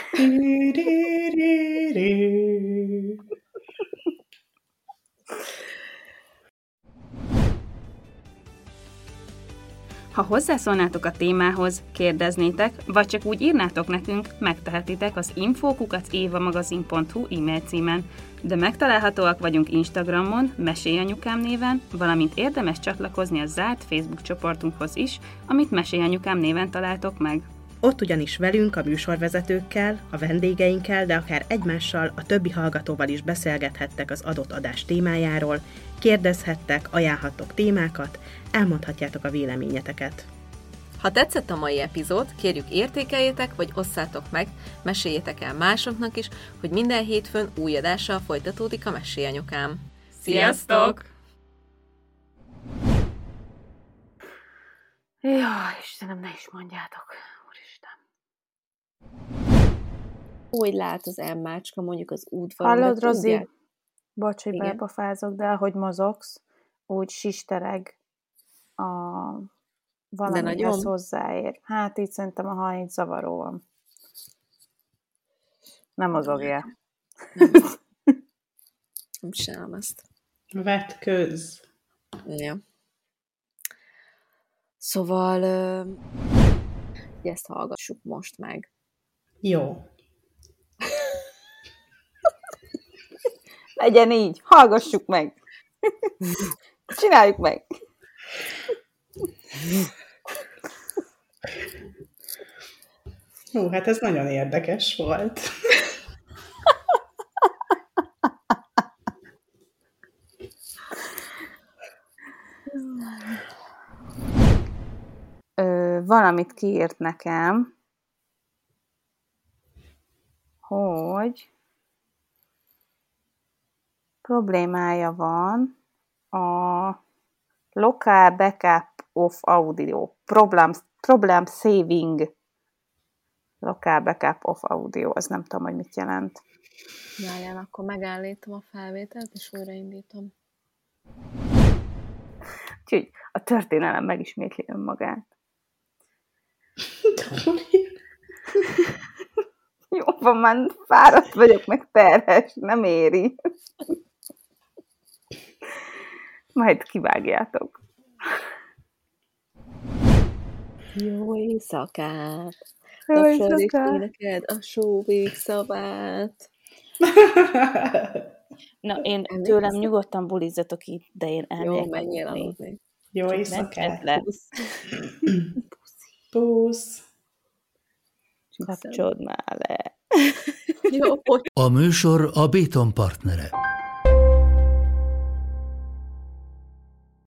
Ha hozzászólnátok a témához, kérdeznétek, vagy csak úgy írnátok nekünk, megtehetitek az info kukac évamagazin pont hu e-mail címen, de megtalálhatóak vagyunk Instagramon, Mesélyanyukám néven, valamint érdemes csatlakozni a zárt Facebook csoportunkhoz is, amit Mesélyanyukám néven találtok meg. Ott ugyanis velünk, a műsorvezetőkkel, a vendégeinkkel, de akár egymással, a többi hallgatóval is beszélgethettek az adott adás témájáról, kérdezhettek, ajánlhattok témákat, elmondhatjátok a véleményeteket. Ha tetszett a mai epizód, kérjük értékeljétek, vagy osszátok meg, meséljétek el másoknak is, hogy minden hétfőn új adással folytatódik a Mesélyanyukám. Sziasztok! Jaj, Istenem, ne is mondjátok, úristen. Úgy lát az emmácska mondjuk az útvalon. Hallod, Rozi? Ugye? Bocs, hogy belpofázok, de ahogy mozogsz, úgy sistereg a valamihez hozzáér. Hát így szerintem a haj így zavaróan. Nem mozogjál. Nem csinálom ezt. Vetköz. Ja. Szóval Ezt hallgassuk most meg. Jó. Legyen így, hallgassuk meg. Csináljuk meg. Hú, hát ez nagyon érdekes volt. Ö, valamit kiírt nekem, hogy problémája van a local backup of audio. Problem, problem saving local backup of audio. Az nem tudom, hogy mit jelent. Várjál, akkor megállítom a felvételt, és újraindítom. Úgyhogy a történelem megismétli önmagát. Jó van, már fáradt vagyok, meg terhes, nem éri. Majd kivágjátok. Jó éjszakát! Jó Tapsolj éjszakát! neked a só végszavát! Na, én Ennél tőlem hiszem. nyugodtan bulizzatok itt, de én elmegyek. Jó, menjél aludni. Jó Csak éjszakát. nem kezd le. Pusz. Kapcsold már le. Jó, A műsor a Béton partnere.